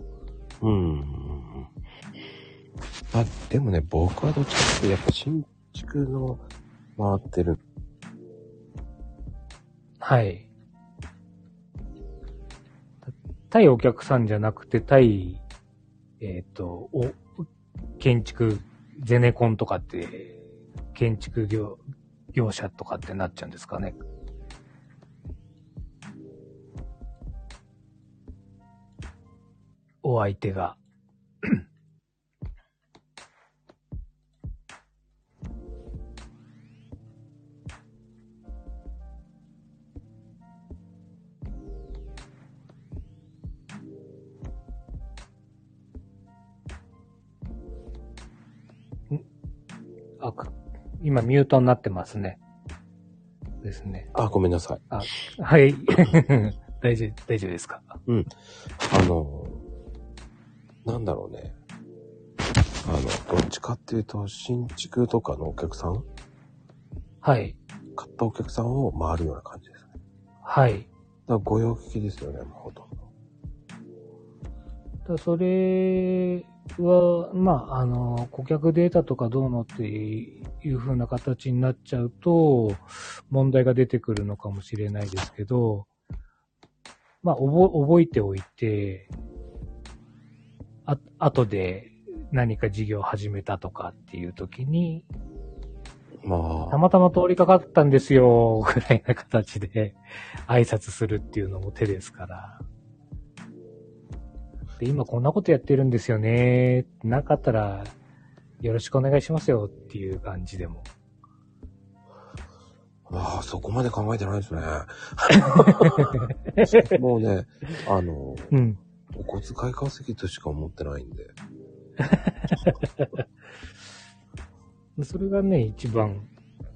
でもね、僕はどっちかっていうとやっぱ新築の回ってる。 はい。対お客さんじゃなくて、対、建築、ゼネコンとかって、建築業者とかってなっちゃうんですかね。お相手が。今ミュートになってますね。ですね。 ごめんなさい。 はい。大丈夫ですか？ なんだろうね。どっちかっていうと、新築とかのお客さん？ はい。 買ったお客さんを回るような感じですね。 はい。 だからご用聞きですよね、もうほとんど。 それは、顧客データとかどうのっていう風な形になっちゃうと、問題が出てくるのかもしれないですけど、覚えておいて、後で何か事業を始めたとかっていう時に、たまたま通りかかったんですよ、ぐらいな形で挨拶するっていうのも手ですから。で、今こんなことやってるんですよね。なかったら、よろしくお願いしますよっていう感じでも。 そこまで考えてないですね。もうね、お小遣い稼ぎとしか思ってないんで。 それがね、一番、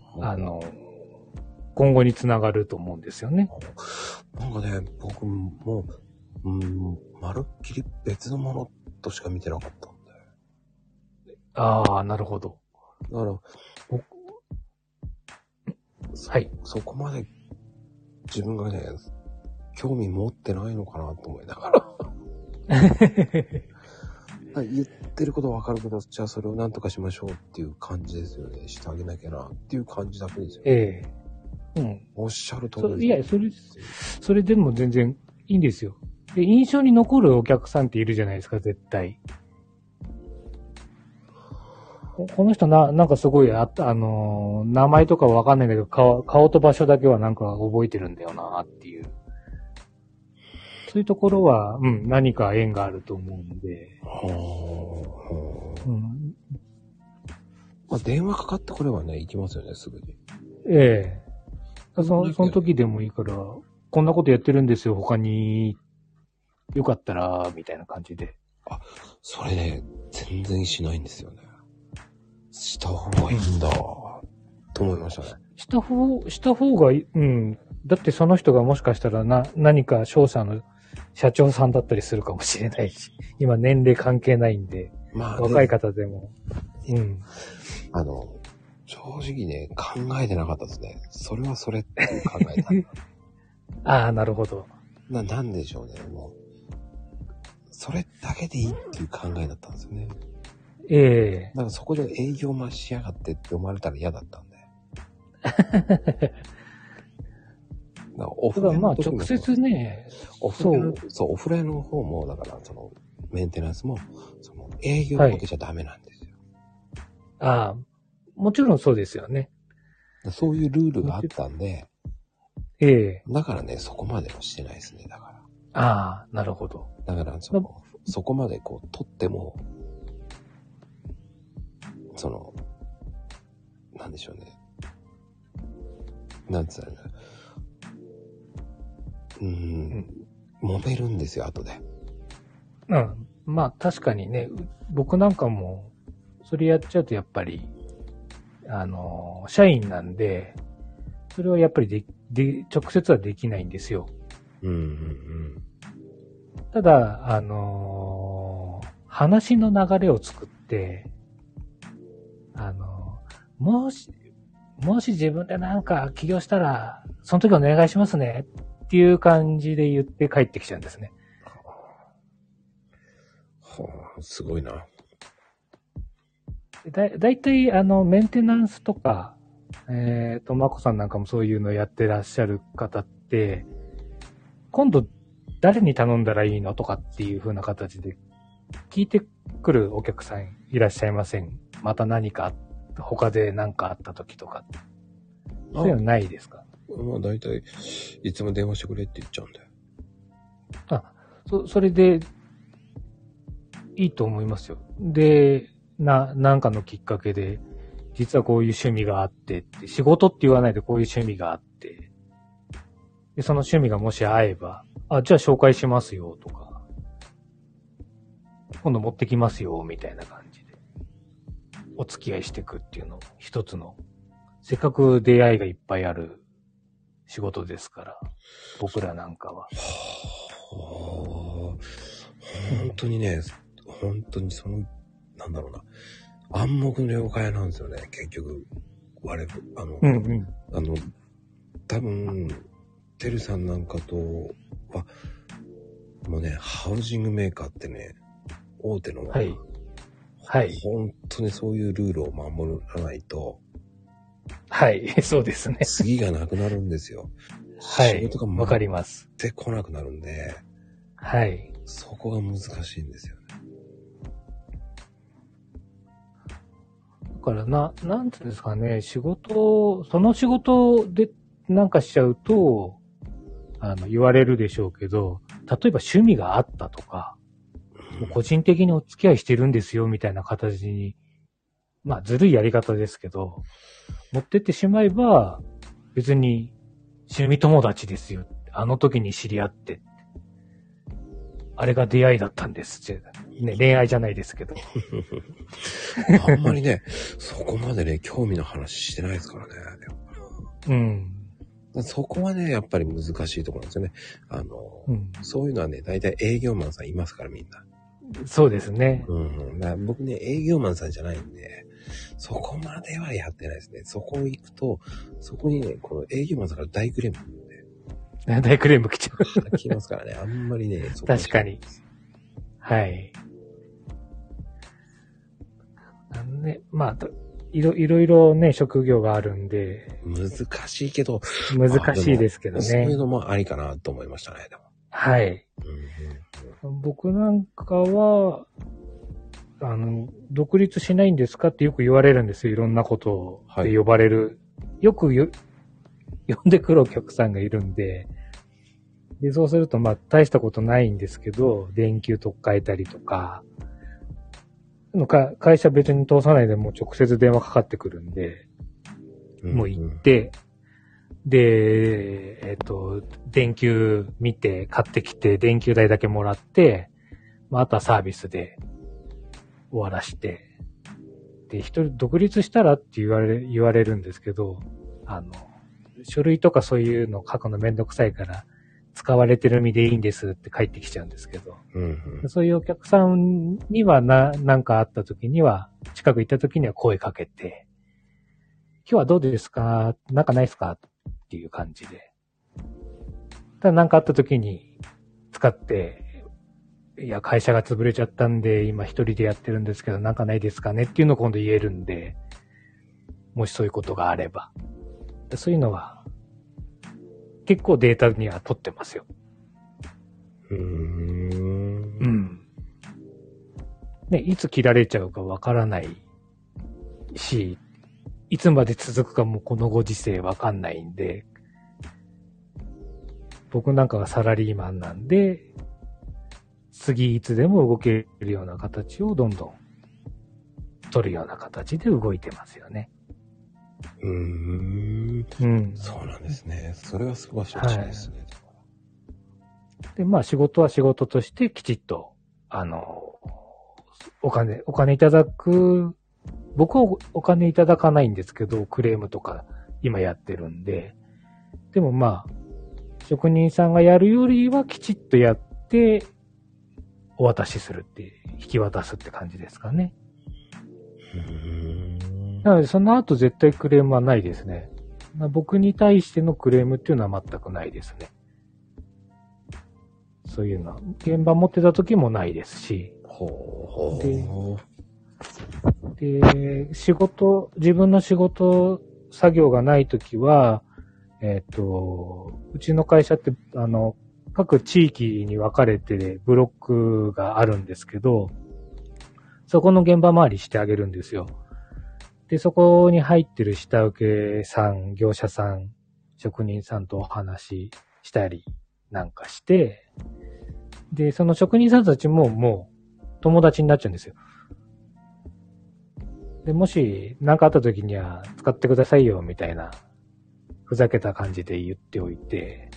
今後につながると思うんですよね。 なんかね、僕もまるっきり別のものとしか見てなかったんで。 ああ、なるほど。 だから、はい。そこまで自分がね、興味持ってないのかなと思いながら。言ってることはわかるけど、じゃあそれを何とかしましょうっていう感じですよね。してあげなきゃなっていう感じだけですよね。おっしゃる通りです。 いや、それでも全然いいんですよ。で、印象に残るお客さんっているじゃないですか、絶対。この人なんかすごい名前とかはわかんないんだけど、顔と場所だけはなんか覚えてるんだよなっていう。そういうところは、何か縁があると思うんで。 電話かかってこればね、行きますよね、すぐに。 ええ。その時でもいいから、こんなことやってるんですよ、他に。よかったら、みたいな感じで。 それね、全然しないんですよね。した方がいいんだ、と思いましたね。 した方がいい。だってその人がもしかしたら何か商社の社長さんだったりするかもしれないし、今年齢関係ないんで、若い方でも。 正直ね、考えてなかったですね。それはそれっていう考えた。 ああ、なるほど。 なんでしょうね、もう。それだけでいいっていう考えだったんですよね。 ええ。 だからそこで営業増しやがってって思われたら嫌だったんで。オフラインの時も直接ね、 オフラインの方も、だからそのメンテナンスも、その営業を受けちゃダメなんですよ。 ああ、もちろんそうですよね。 そういうルールがあったんで、だからね、そこまではしてないですね、だから。 ああ、なるほど。 だからそこまでこう取っても、なんでしょうね。なんつうの、揉めるんですよ、後で。 確かにね、僕なんかも、それやっちゃうとやっぱり、社員なんで、それはやっぱり直接はできないんですよ。ただ、話の流れを作って、もし自分でなんか起業したら、その時お願いしますねっていう感じで言って帰ってきちゃうんですね。 すごいな。 だいたいメンテナンスとか、まこさんなんかもそういうのやってらっしゃる方って、今度誰に頼んだらいいのとかっていう風な形で聞いてくるお客さんいらっしゃいません？また何か他で何かあった時とか。そういうのないですか？ だいたいいつも電話してくれって言っちゃうんだよ。それでいいと思いますよ。で、なんかのきっかけで、実はこういう趣味があってって、仕事って言わないでこういう趣味があって、で、その趣味がもし合えば、じゃあ紹介しますよとか、今度持ってきますよみたいな感じで、お付き合いしていくっていうのを一つの、せっかく出会いがいっぱいある仕事ですから、僕らなんかは。 本当にね、なんだろうな、暗黙の了解なんですよね、結局。多分、てるさんなんかとは、もうね、ハウジングメーカーってね、 大手のは、 はい。はい。 本当にそういうルールを守らないと、 はい、そうですね。 次がなくなるんですよ。 はい。わかります。 で来なくなるんで、 はい。 そこが難しいんですよね。 だからなんていうんですかね、その仕事でなんかしちゃうと、言われるでしょうけど、例えば趣味があったとか、もう個人的にお付き合いしてるんですよ、みたいな形に、まあ、ずるいやり方ですけど、持ってってしまえば、別に趣味友達ですよ。あの時に知り合って。あれが出会いだったんですって。ね、恋愛じゃないですけど。 あんまりね、そこまでね、興味の話してないですからね。 うん。 そこはね、やっぱり難しいところなんですよね。そういうのはね、大体営業マンさんいますから、みんな。 そうですね。 僕ね、営業マンさんじゃないんで、そこまではやってないですね。そこ行くと、そこにね、この営業マンさんから大クレーム来るんで。 大クレーム来ちゃう。来ますからね、あんまりね、 確かに。はい。ね、まあ、いろいろね、職業があるんで。 難しいけど。 難しいですけどね。 そういうのもありかなと思いましたね、でも。 はい。僕なんかは、独立しないんですかってよく言われるんですよ。いろんなことで呼ばれる。はい、よく呼んでくるお客さんがいるんで。で、そうすると、まあ、大したことないんですけど、電球とか変えたりとか、会社別に通さないでもう直接電話かかってくるんで、もう行って、で、電球見て買ってきて、電球代だけもらって、まあ、あとはサービスで終わらして、で、一人独立したらって言われるんですけど、書類とかそういうの書くのめんどくさいから、使われてる身でいいんですって帰ってきちゃうんですけど、そういうお客さんにはなんかあった時には、近く行った時には声かけて、今日はどうですか？なんかないですか？っていう感じで。ただなんかあった時に使って、いや、会社が潰れちゃったんで、今一人でやってるんですけど、なんかないですかねっていうのを今度言えるんで、もしそういうことがあれば。そういうのは、結構データには取ってますよ。ね、いつ切られちゃうかわからないし、いつまで続くかもこのご時世わかんないんで、僕なんかはサラリーマンなんで、次いつでも動けるような形をどんどん取るような形で動いてますよね。 そうなんですね。それは素晴らしいですね。 はい、で、まあ仕事は仕事としてきちっと、お金いただく、僕はお金いただかないんですけど、クレームとか今やってるんで、でもまあ、職人さんがやるよりはきちっとやって、お渡しするって、引き渡すって感じですかね。なので、その後絶対クレームはないですね。僕に対してのクレームっていうのは全くないですね。そういうのは、現場持ってた時もないですし。で、自分の仕事、作業がない時は、うちの会社って、各地域に分かれてブロックがあるんですけど、そこの現場回りしてあげるんですよ。で、そこに入ってる下請けさん、業者さん、職人さんとお話ししたりなんかして、で、その職人さんたちももう友達になっちゃうんですよ。で、もし何かあった時には使ってくださいよみたいなふざけた感じで言っておいて、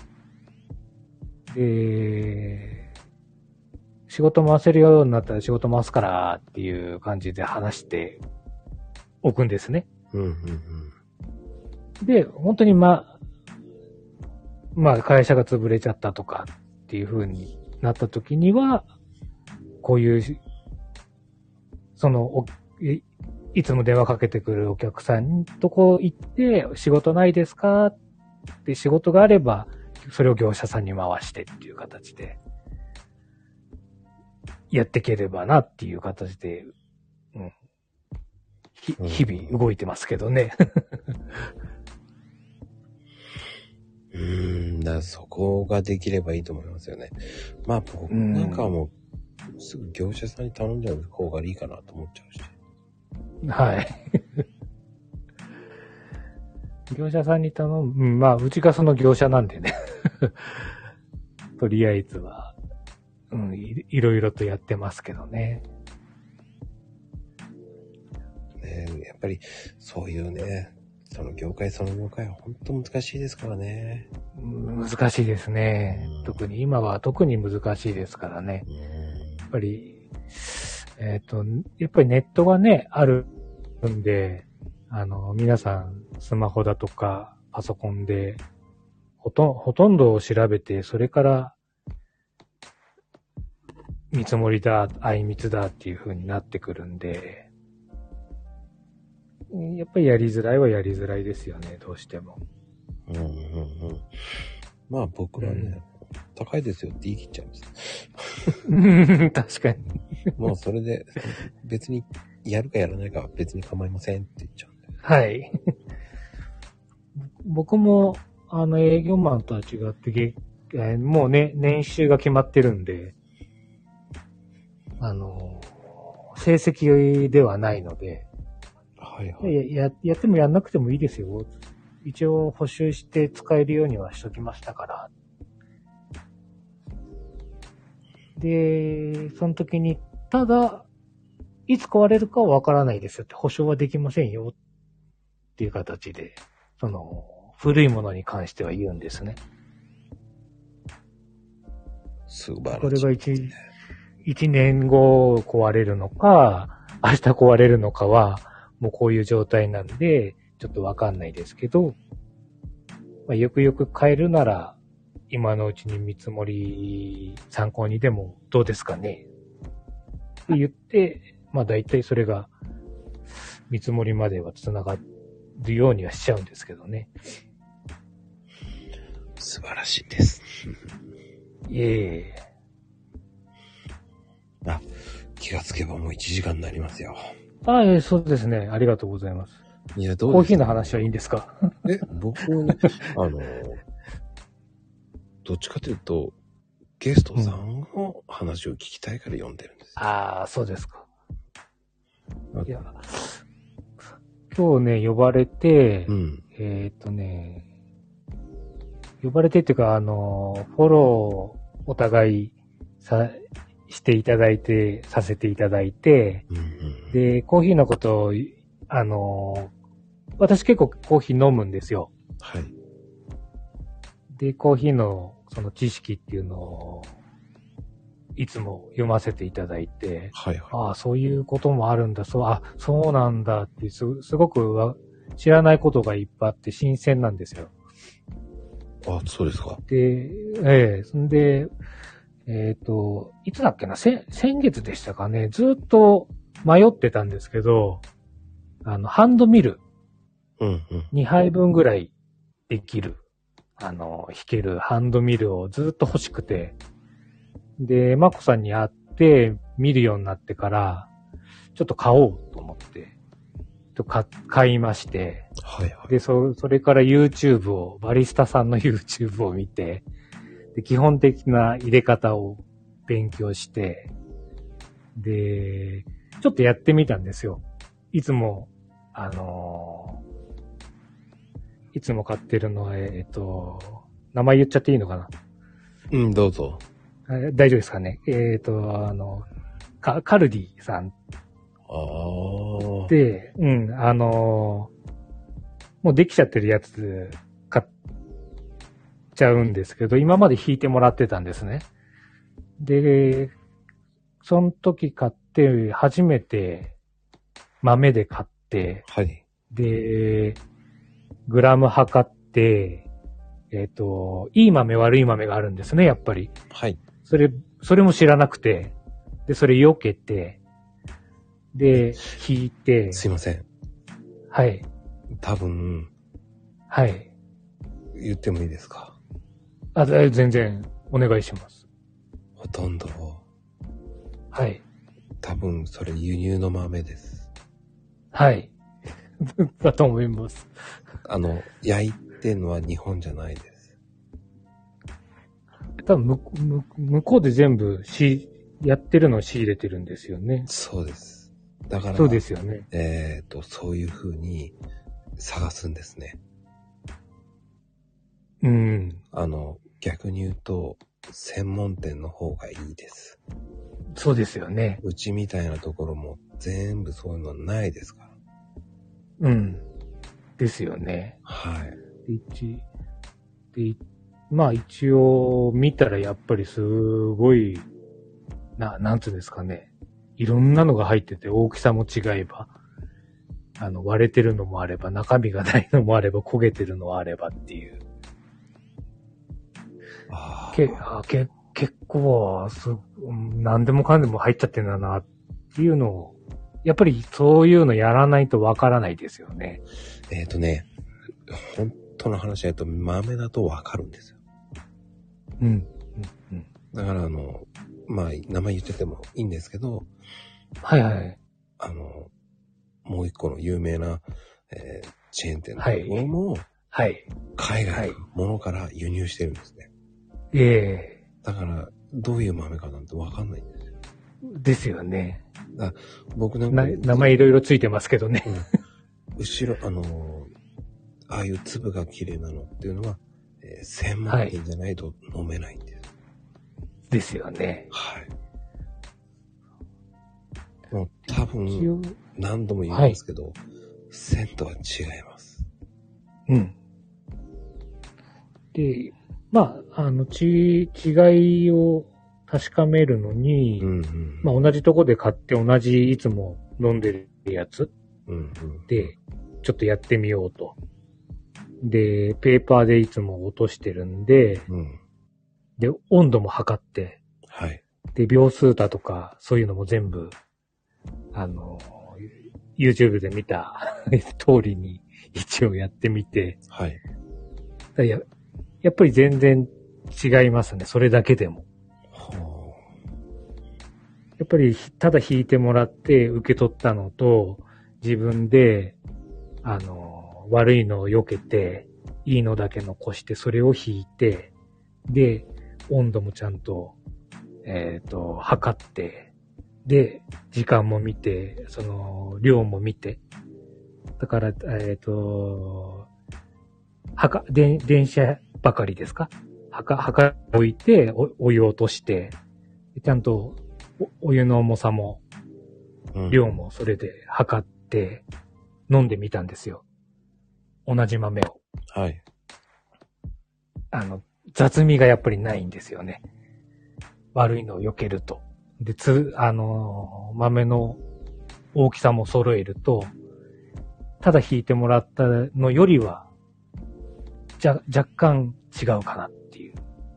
で、仕事回せるようになったら仕事回すからっていう感じで話しておくんですね。で、本当にまあ会社が潰れちゃったとかっていう風になった時には、こういう、いつも電話かけてくるお客さんとこ行って、仕事ないですかって仕事があれば、それを業者さんに回してっていう形で、 やっていければなっていう形で、日々動いてますけどね。 そこができればいいと思いますよね。まあ僕なんかはもうすぐ業者さんに頼んじゃう方がいいかなと思っちゃうし。 はい。業者さんに頼む、まあうちがその業者なんでね。とりあえずは、いろいろとやってますけどね。 やっぱりそういうね、その業界は本当難しいですからね。 難しいですね。特に今は特に難しいですからね。やっぱり、やっぱりネットがね、あるんで、皆さんスマホだとかパソコンでほとんどを調べて、それから見積もりだ、相見積だっていう風になってくるんで、やっぱりやりづらいはやりづらいですよね、どうしても。 まあ僕はね、高いですよって言い切っちゃうんです。確かに。 もうそれで別にやるかやらないかは別に構いませんって言っちゃうんで。 はい。僕も営業マンとは違ってもうね、年収が決まってるんで、成績ではないので、やってもやんなくてもいいですよ。一応補修して使えるようにはしときましたから。で、その時に、ただ、いつ壊れるかはわからないですよって、保証はできませんよっていう形で、古いものに関しては言うんですね。 素晴らしい。 これが1年後壊れるのか、明日壊れるのかは、もうこういう状態なんで、ちょっとわかんないですけど、よくよく変えるなら、今のうちに見積もり参考にでもどうですかねって言って、だいたいそれが見積もりまでは繋がるようにはしちゃうんですけどね。 素晴らしいです。気がつけばもう1時間になりますよ。 そうですね。ありがとうございます。 いや、どうですか？ コーヒーの話はいいんですか？ 僕はね、どっちかというと、ゲストさんの話を聞きたいから読んでるんです。 そうですか。いや、今日ね、呼ばれて、呼ばれてっていうか、フォローお互いしていただいて、させていただいて、で、コーヒーのことを、私結構コーヒー飲むんですよ。 はい。 で、コーヒーのその知識っていうのを、いつも読ませていただいて、そういうこともあるんだ、そうなんだってすごく知らないことがいっぱいあって新鮮なんですよ。 そうですか。 で、そんで、いつだっけな、先月でしたかね、ずっと迷ってたんですけど、ハンドミル、2杯分ぐらいできる、弾けるハンドミルをずっと欲しくて、で、マコさんに会って見るようになってから、ちょっと買おうと思って、買いまして、で、それから YouTube バリスタさんの YouTube を見て、で、基本的な入れ方を勉強して、で、ちょっとやってみたんですよ。いつも買ってるのは、名前言っちゃっていいのかな？ どうぞ。 大丈夫ですかね。カルディさん。で、もうできちゃってるやつ買っちゃうんですけど、今まで弾いてもらってたんですね。で、その時買って、初めて豆で買って、で、グラム測って、いい豆悪い豆があるんですね、やっぱり。それも知らなくて、で、それ避けて、で、弾いて。 すいません。 はい。 多分。 はい。 言ってもいいですか？ 全然、お願いします。 ほとんど、 はい。 多分それ輸入の豆です。 はい。だと思います。 焼いてんのは日本じゃないです。 多分向こうで全部やってるのを仕入れてるんですよね。 そうです。だから、 そうですよね。 そういう風に探すんですね。 うん。 逆に言うと、専門店の方がいいです。 そうですよね。 うちみたいなところも全部そういうのないですから。 うん。ですよね。 はい。 まあ一応見たらやっぱりすごい、なんつうんですかね。いろんなのが入ってて大きさも違えば、割れてるのもあれば、中身がないのもあれば、焦げてるのもあればっていう。結構、何でもかんでも入っちゃってんだなっていうのを、やっぱりそういうのやらないとわからないですよね。 本当の話だと豆だとわかるんですよ。 うん。 だからまあ、名前言っててもいいんですけど、 はいはい。 もう一個の有名な、チェーン店のところも、 はい。 海外のものから輸入してるんですね。だから、どういう豆かなんてわかんないんですよ。 ですよね。 僕なんか名前いろいろついてますけどね。 後ろ、ああいう粒が綺麗なのっていうのは、専門店じゃないと飲めないんです。 ですよね。 はい。もう多分、何度も言いますけど、鮮度は違います。 うん。で、まあ、違いを確かめるのに、まあ同じとこで買って同じいつも飲んでるやつで、ちょっとやってみようと。で、ペーパーでいつも落としてるんで、で、温度も測って、 はい。 で、秒数だとか、そういうのも全部、YouTube で見た通りに一応やってみて、 はい。 やっぱり全然違いますね、それだけでも。やっぱり、ただ弾いてもらって受け取ったのと、自分で、悪いのを避けて、いいのだけ残して、それを弾いて、で、温度もちゃんと、測って、で、時間も見て、量も見て、だから、電車ばかりですか？測っておいて、お湯を落として、ちゃんとお湯の重さも、量もそれで測って、飲んでみたんですよ。同じ豆を。 はい。 雑味がやっぱりないんですよね。悪いのを避けると。で、豆の大きさも揃えると、ただ弾いてもらったのよりは、若干違うかなっていう。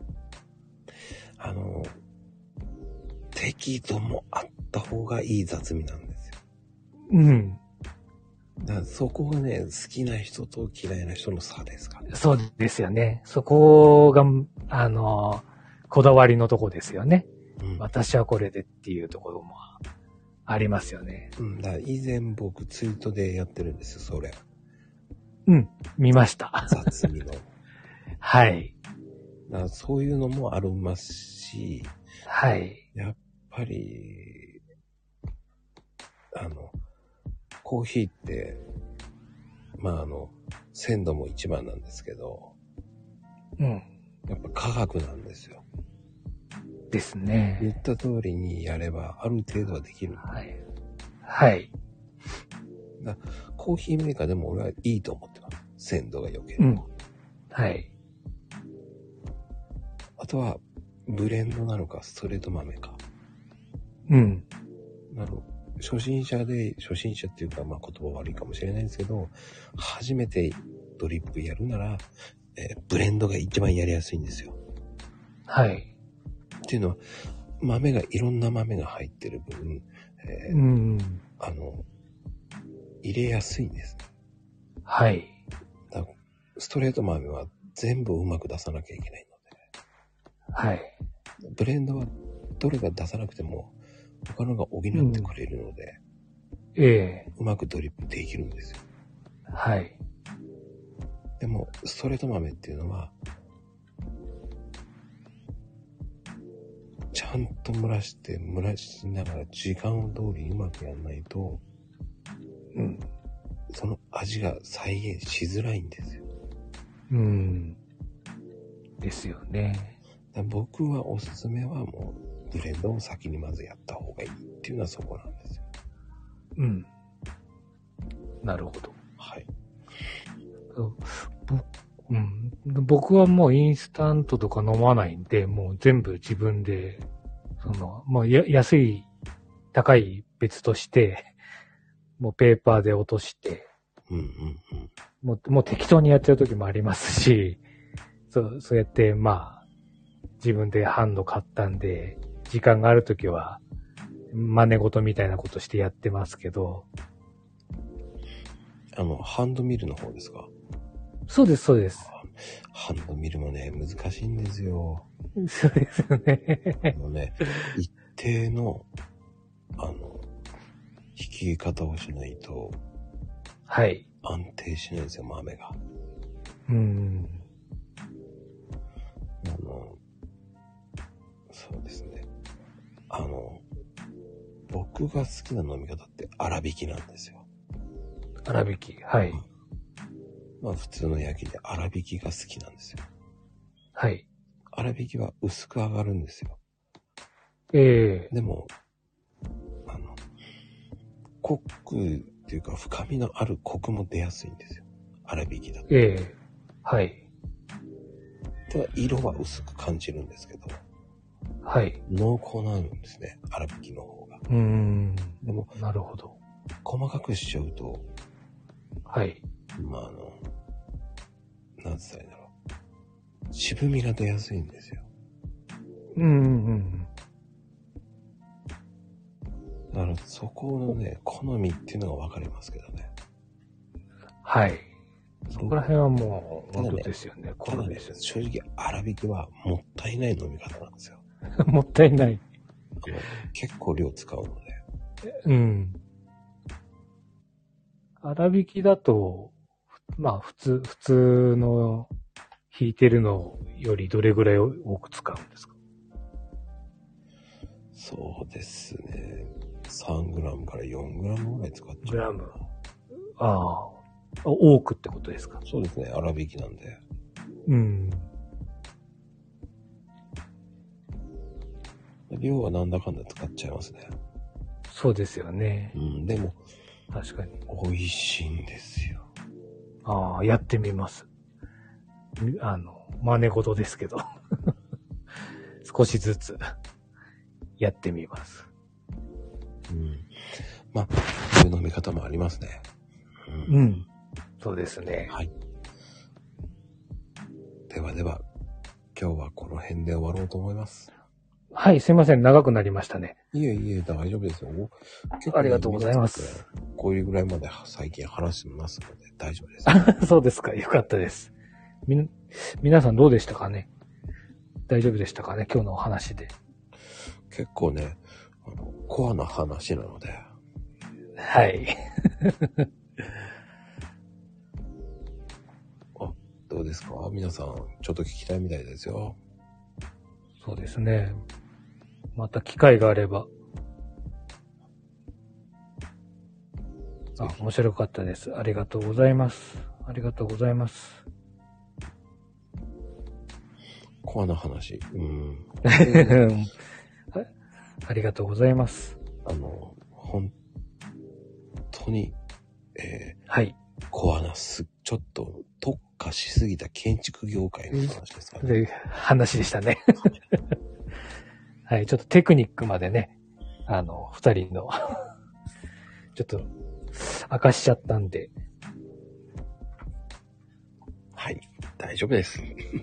適度もあった方がいい雑味なんですよ。 うん。 だからそこがね、好きな人と嫌いな人の差ですから。 そうですよね。そこが、こだわりのとこですよね。私はこれでっていうところもありますよね。 だから以前僕ツイートでやってるんですよ、それ。 見ました。 雑味の。 はい。 だからそういうのもありますし、 はい。 やっぱり、コーヒーって、まあ鮮度も一番なんですけど、やっぱ科学なんですよ。 ですね。 言った通りにやれば、ある程度はできる。 はい。はい。 コーヒーメーカーでも俺はいいと思ってます。鮮度が良ければ。 はい。 あとは、ブレンドなのか、ストレート豆か。初心者っていうか、まあ言葉悪いかもしれないんですけど、初めてドリップやるなら、ブレンドが一番やりやすいんですよ。 はい。 っていうのは、いろんな豆が入ってる分、入れやすいんですね。 はい。 ストレート豆は全部うまく出さなきゃいけないので。 はい。 ブレンドはどれが出さなくても他のが補ってくれるので、うまくドリップできるんですよ。 はい。 でも、ストレート豆っていうのは、ちゃんと蒸らしながら時間通りうまくやんないと、その味が再現しづらいんですよ。 ですよね。 僕はおすすめはもう、ブレンドを先にまずやった方がいいっていうのはそこなんですよ。 なるほど。 はい。 僕はもうインスタントとか飲まないんで、もう全部自分で、安い、高い別として、もうペーパーで落として、もう適当にやっちゃう時もありますし、そうやって、自分でハンド買ったんで、時間がある時は、真似事みたいなことしてやってますけど。 ハンドミルの方ですか？ そうです、そうです。 ハンドミルもね、難しいんですよ。 そうですよね。一定の、引き方をしないと、 はい。 安定しないんですよ、豆が。そうですね。僕が好きな飲み方って粗挽きなんですよ。 粗挽き、はい。 普通の焼きで粗挽きが好きなんですよ。 はい。 粗挽きは薄く上がるんですよ。 でも、濃くっていうか深みのあるコクも出やすいんですよ。粗挽きだと。 はい。 ただ色は薄く感じるんですけど。 はい。 濃厚なんですね、粗挽きの方が。でも、 なるほど。 細かくしちゃうと、 はい。 なんつったらいいんだろう。渋みが出やすいんですよ。だからそこのね、好みっていうのが分かりますけどね。 はい。そこら辺はもう、本当ですよね。 ただね、正直、粗挽きはもったいない飲み方なんですよ。 もったいない。 結構量使うので。 粗挽きだと、普通の引いてるのよりどれぐらい多く使うんですか？ そうですね。3グラムから4グラムぐらい使っちゃう。 グラム。多くってことですか？ そうですね。粗挽きなんで。量はなんだかんだ使っちゃいますね。 そうですよね。 でも、 確かに。 美味しいんですよ。 やってみます。真似事ですけど。少しずつ、やってみます。 そういう飲み方もありますね。 そうですね。 はい。ではでは、今日はこの辺で終わろうと思います。 はい、すいません。長くなりましたね。 いえ、大丈夫ですよ。 ありがとうございます。 こういうぐらいまで最近話してますので大丈夫です。 そうですか。よかったです。皆さんどうでしたかね？大丈夫でしたかね？今日のお話で。 結構ね、コアな話なので。 はい。 どうですか？皆さん、ちょっと聞きたいみたいですよ。 そうですね。また機会があれば。面白かったです。ありがとうございます。ありがとうございます。 コアな話。 ありがとうございます。 本当に、 はい。 コアなちょっと特化しすぎた建築業界の話ですかね。 話でしたね。はい、ちょっとテクニックまでね、二人の、ちょっと、明かしちゃったんで。 はい、大丈夫です。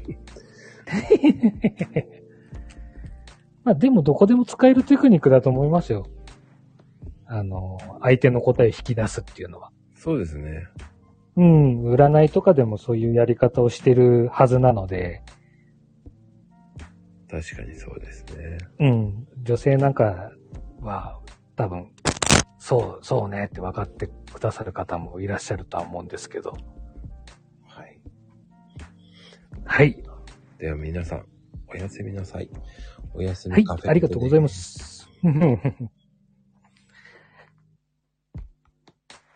でもどこでも使えるテクニックだと思いますよ。相手の答えを引き出すっていうのは。 そうですね。 占いとかでもそういうやり方をしてるはずなので。 確かにそうですね。 女性なんかは多分、そうねって分かってくださる方もいらっしゃるとは思うんですけど。 はい。 はい。 では皆さん、おやすみなさい。おやすみカフェ。 はい、ありがとうございます。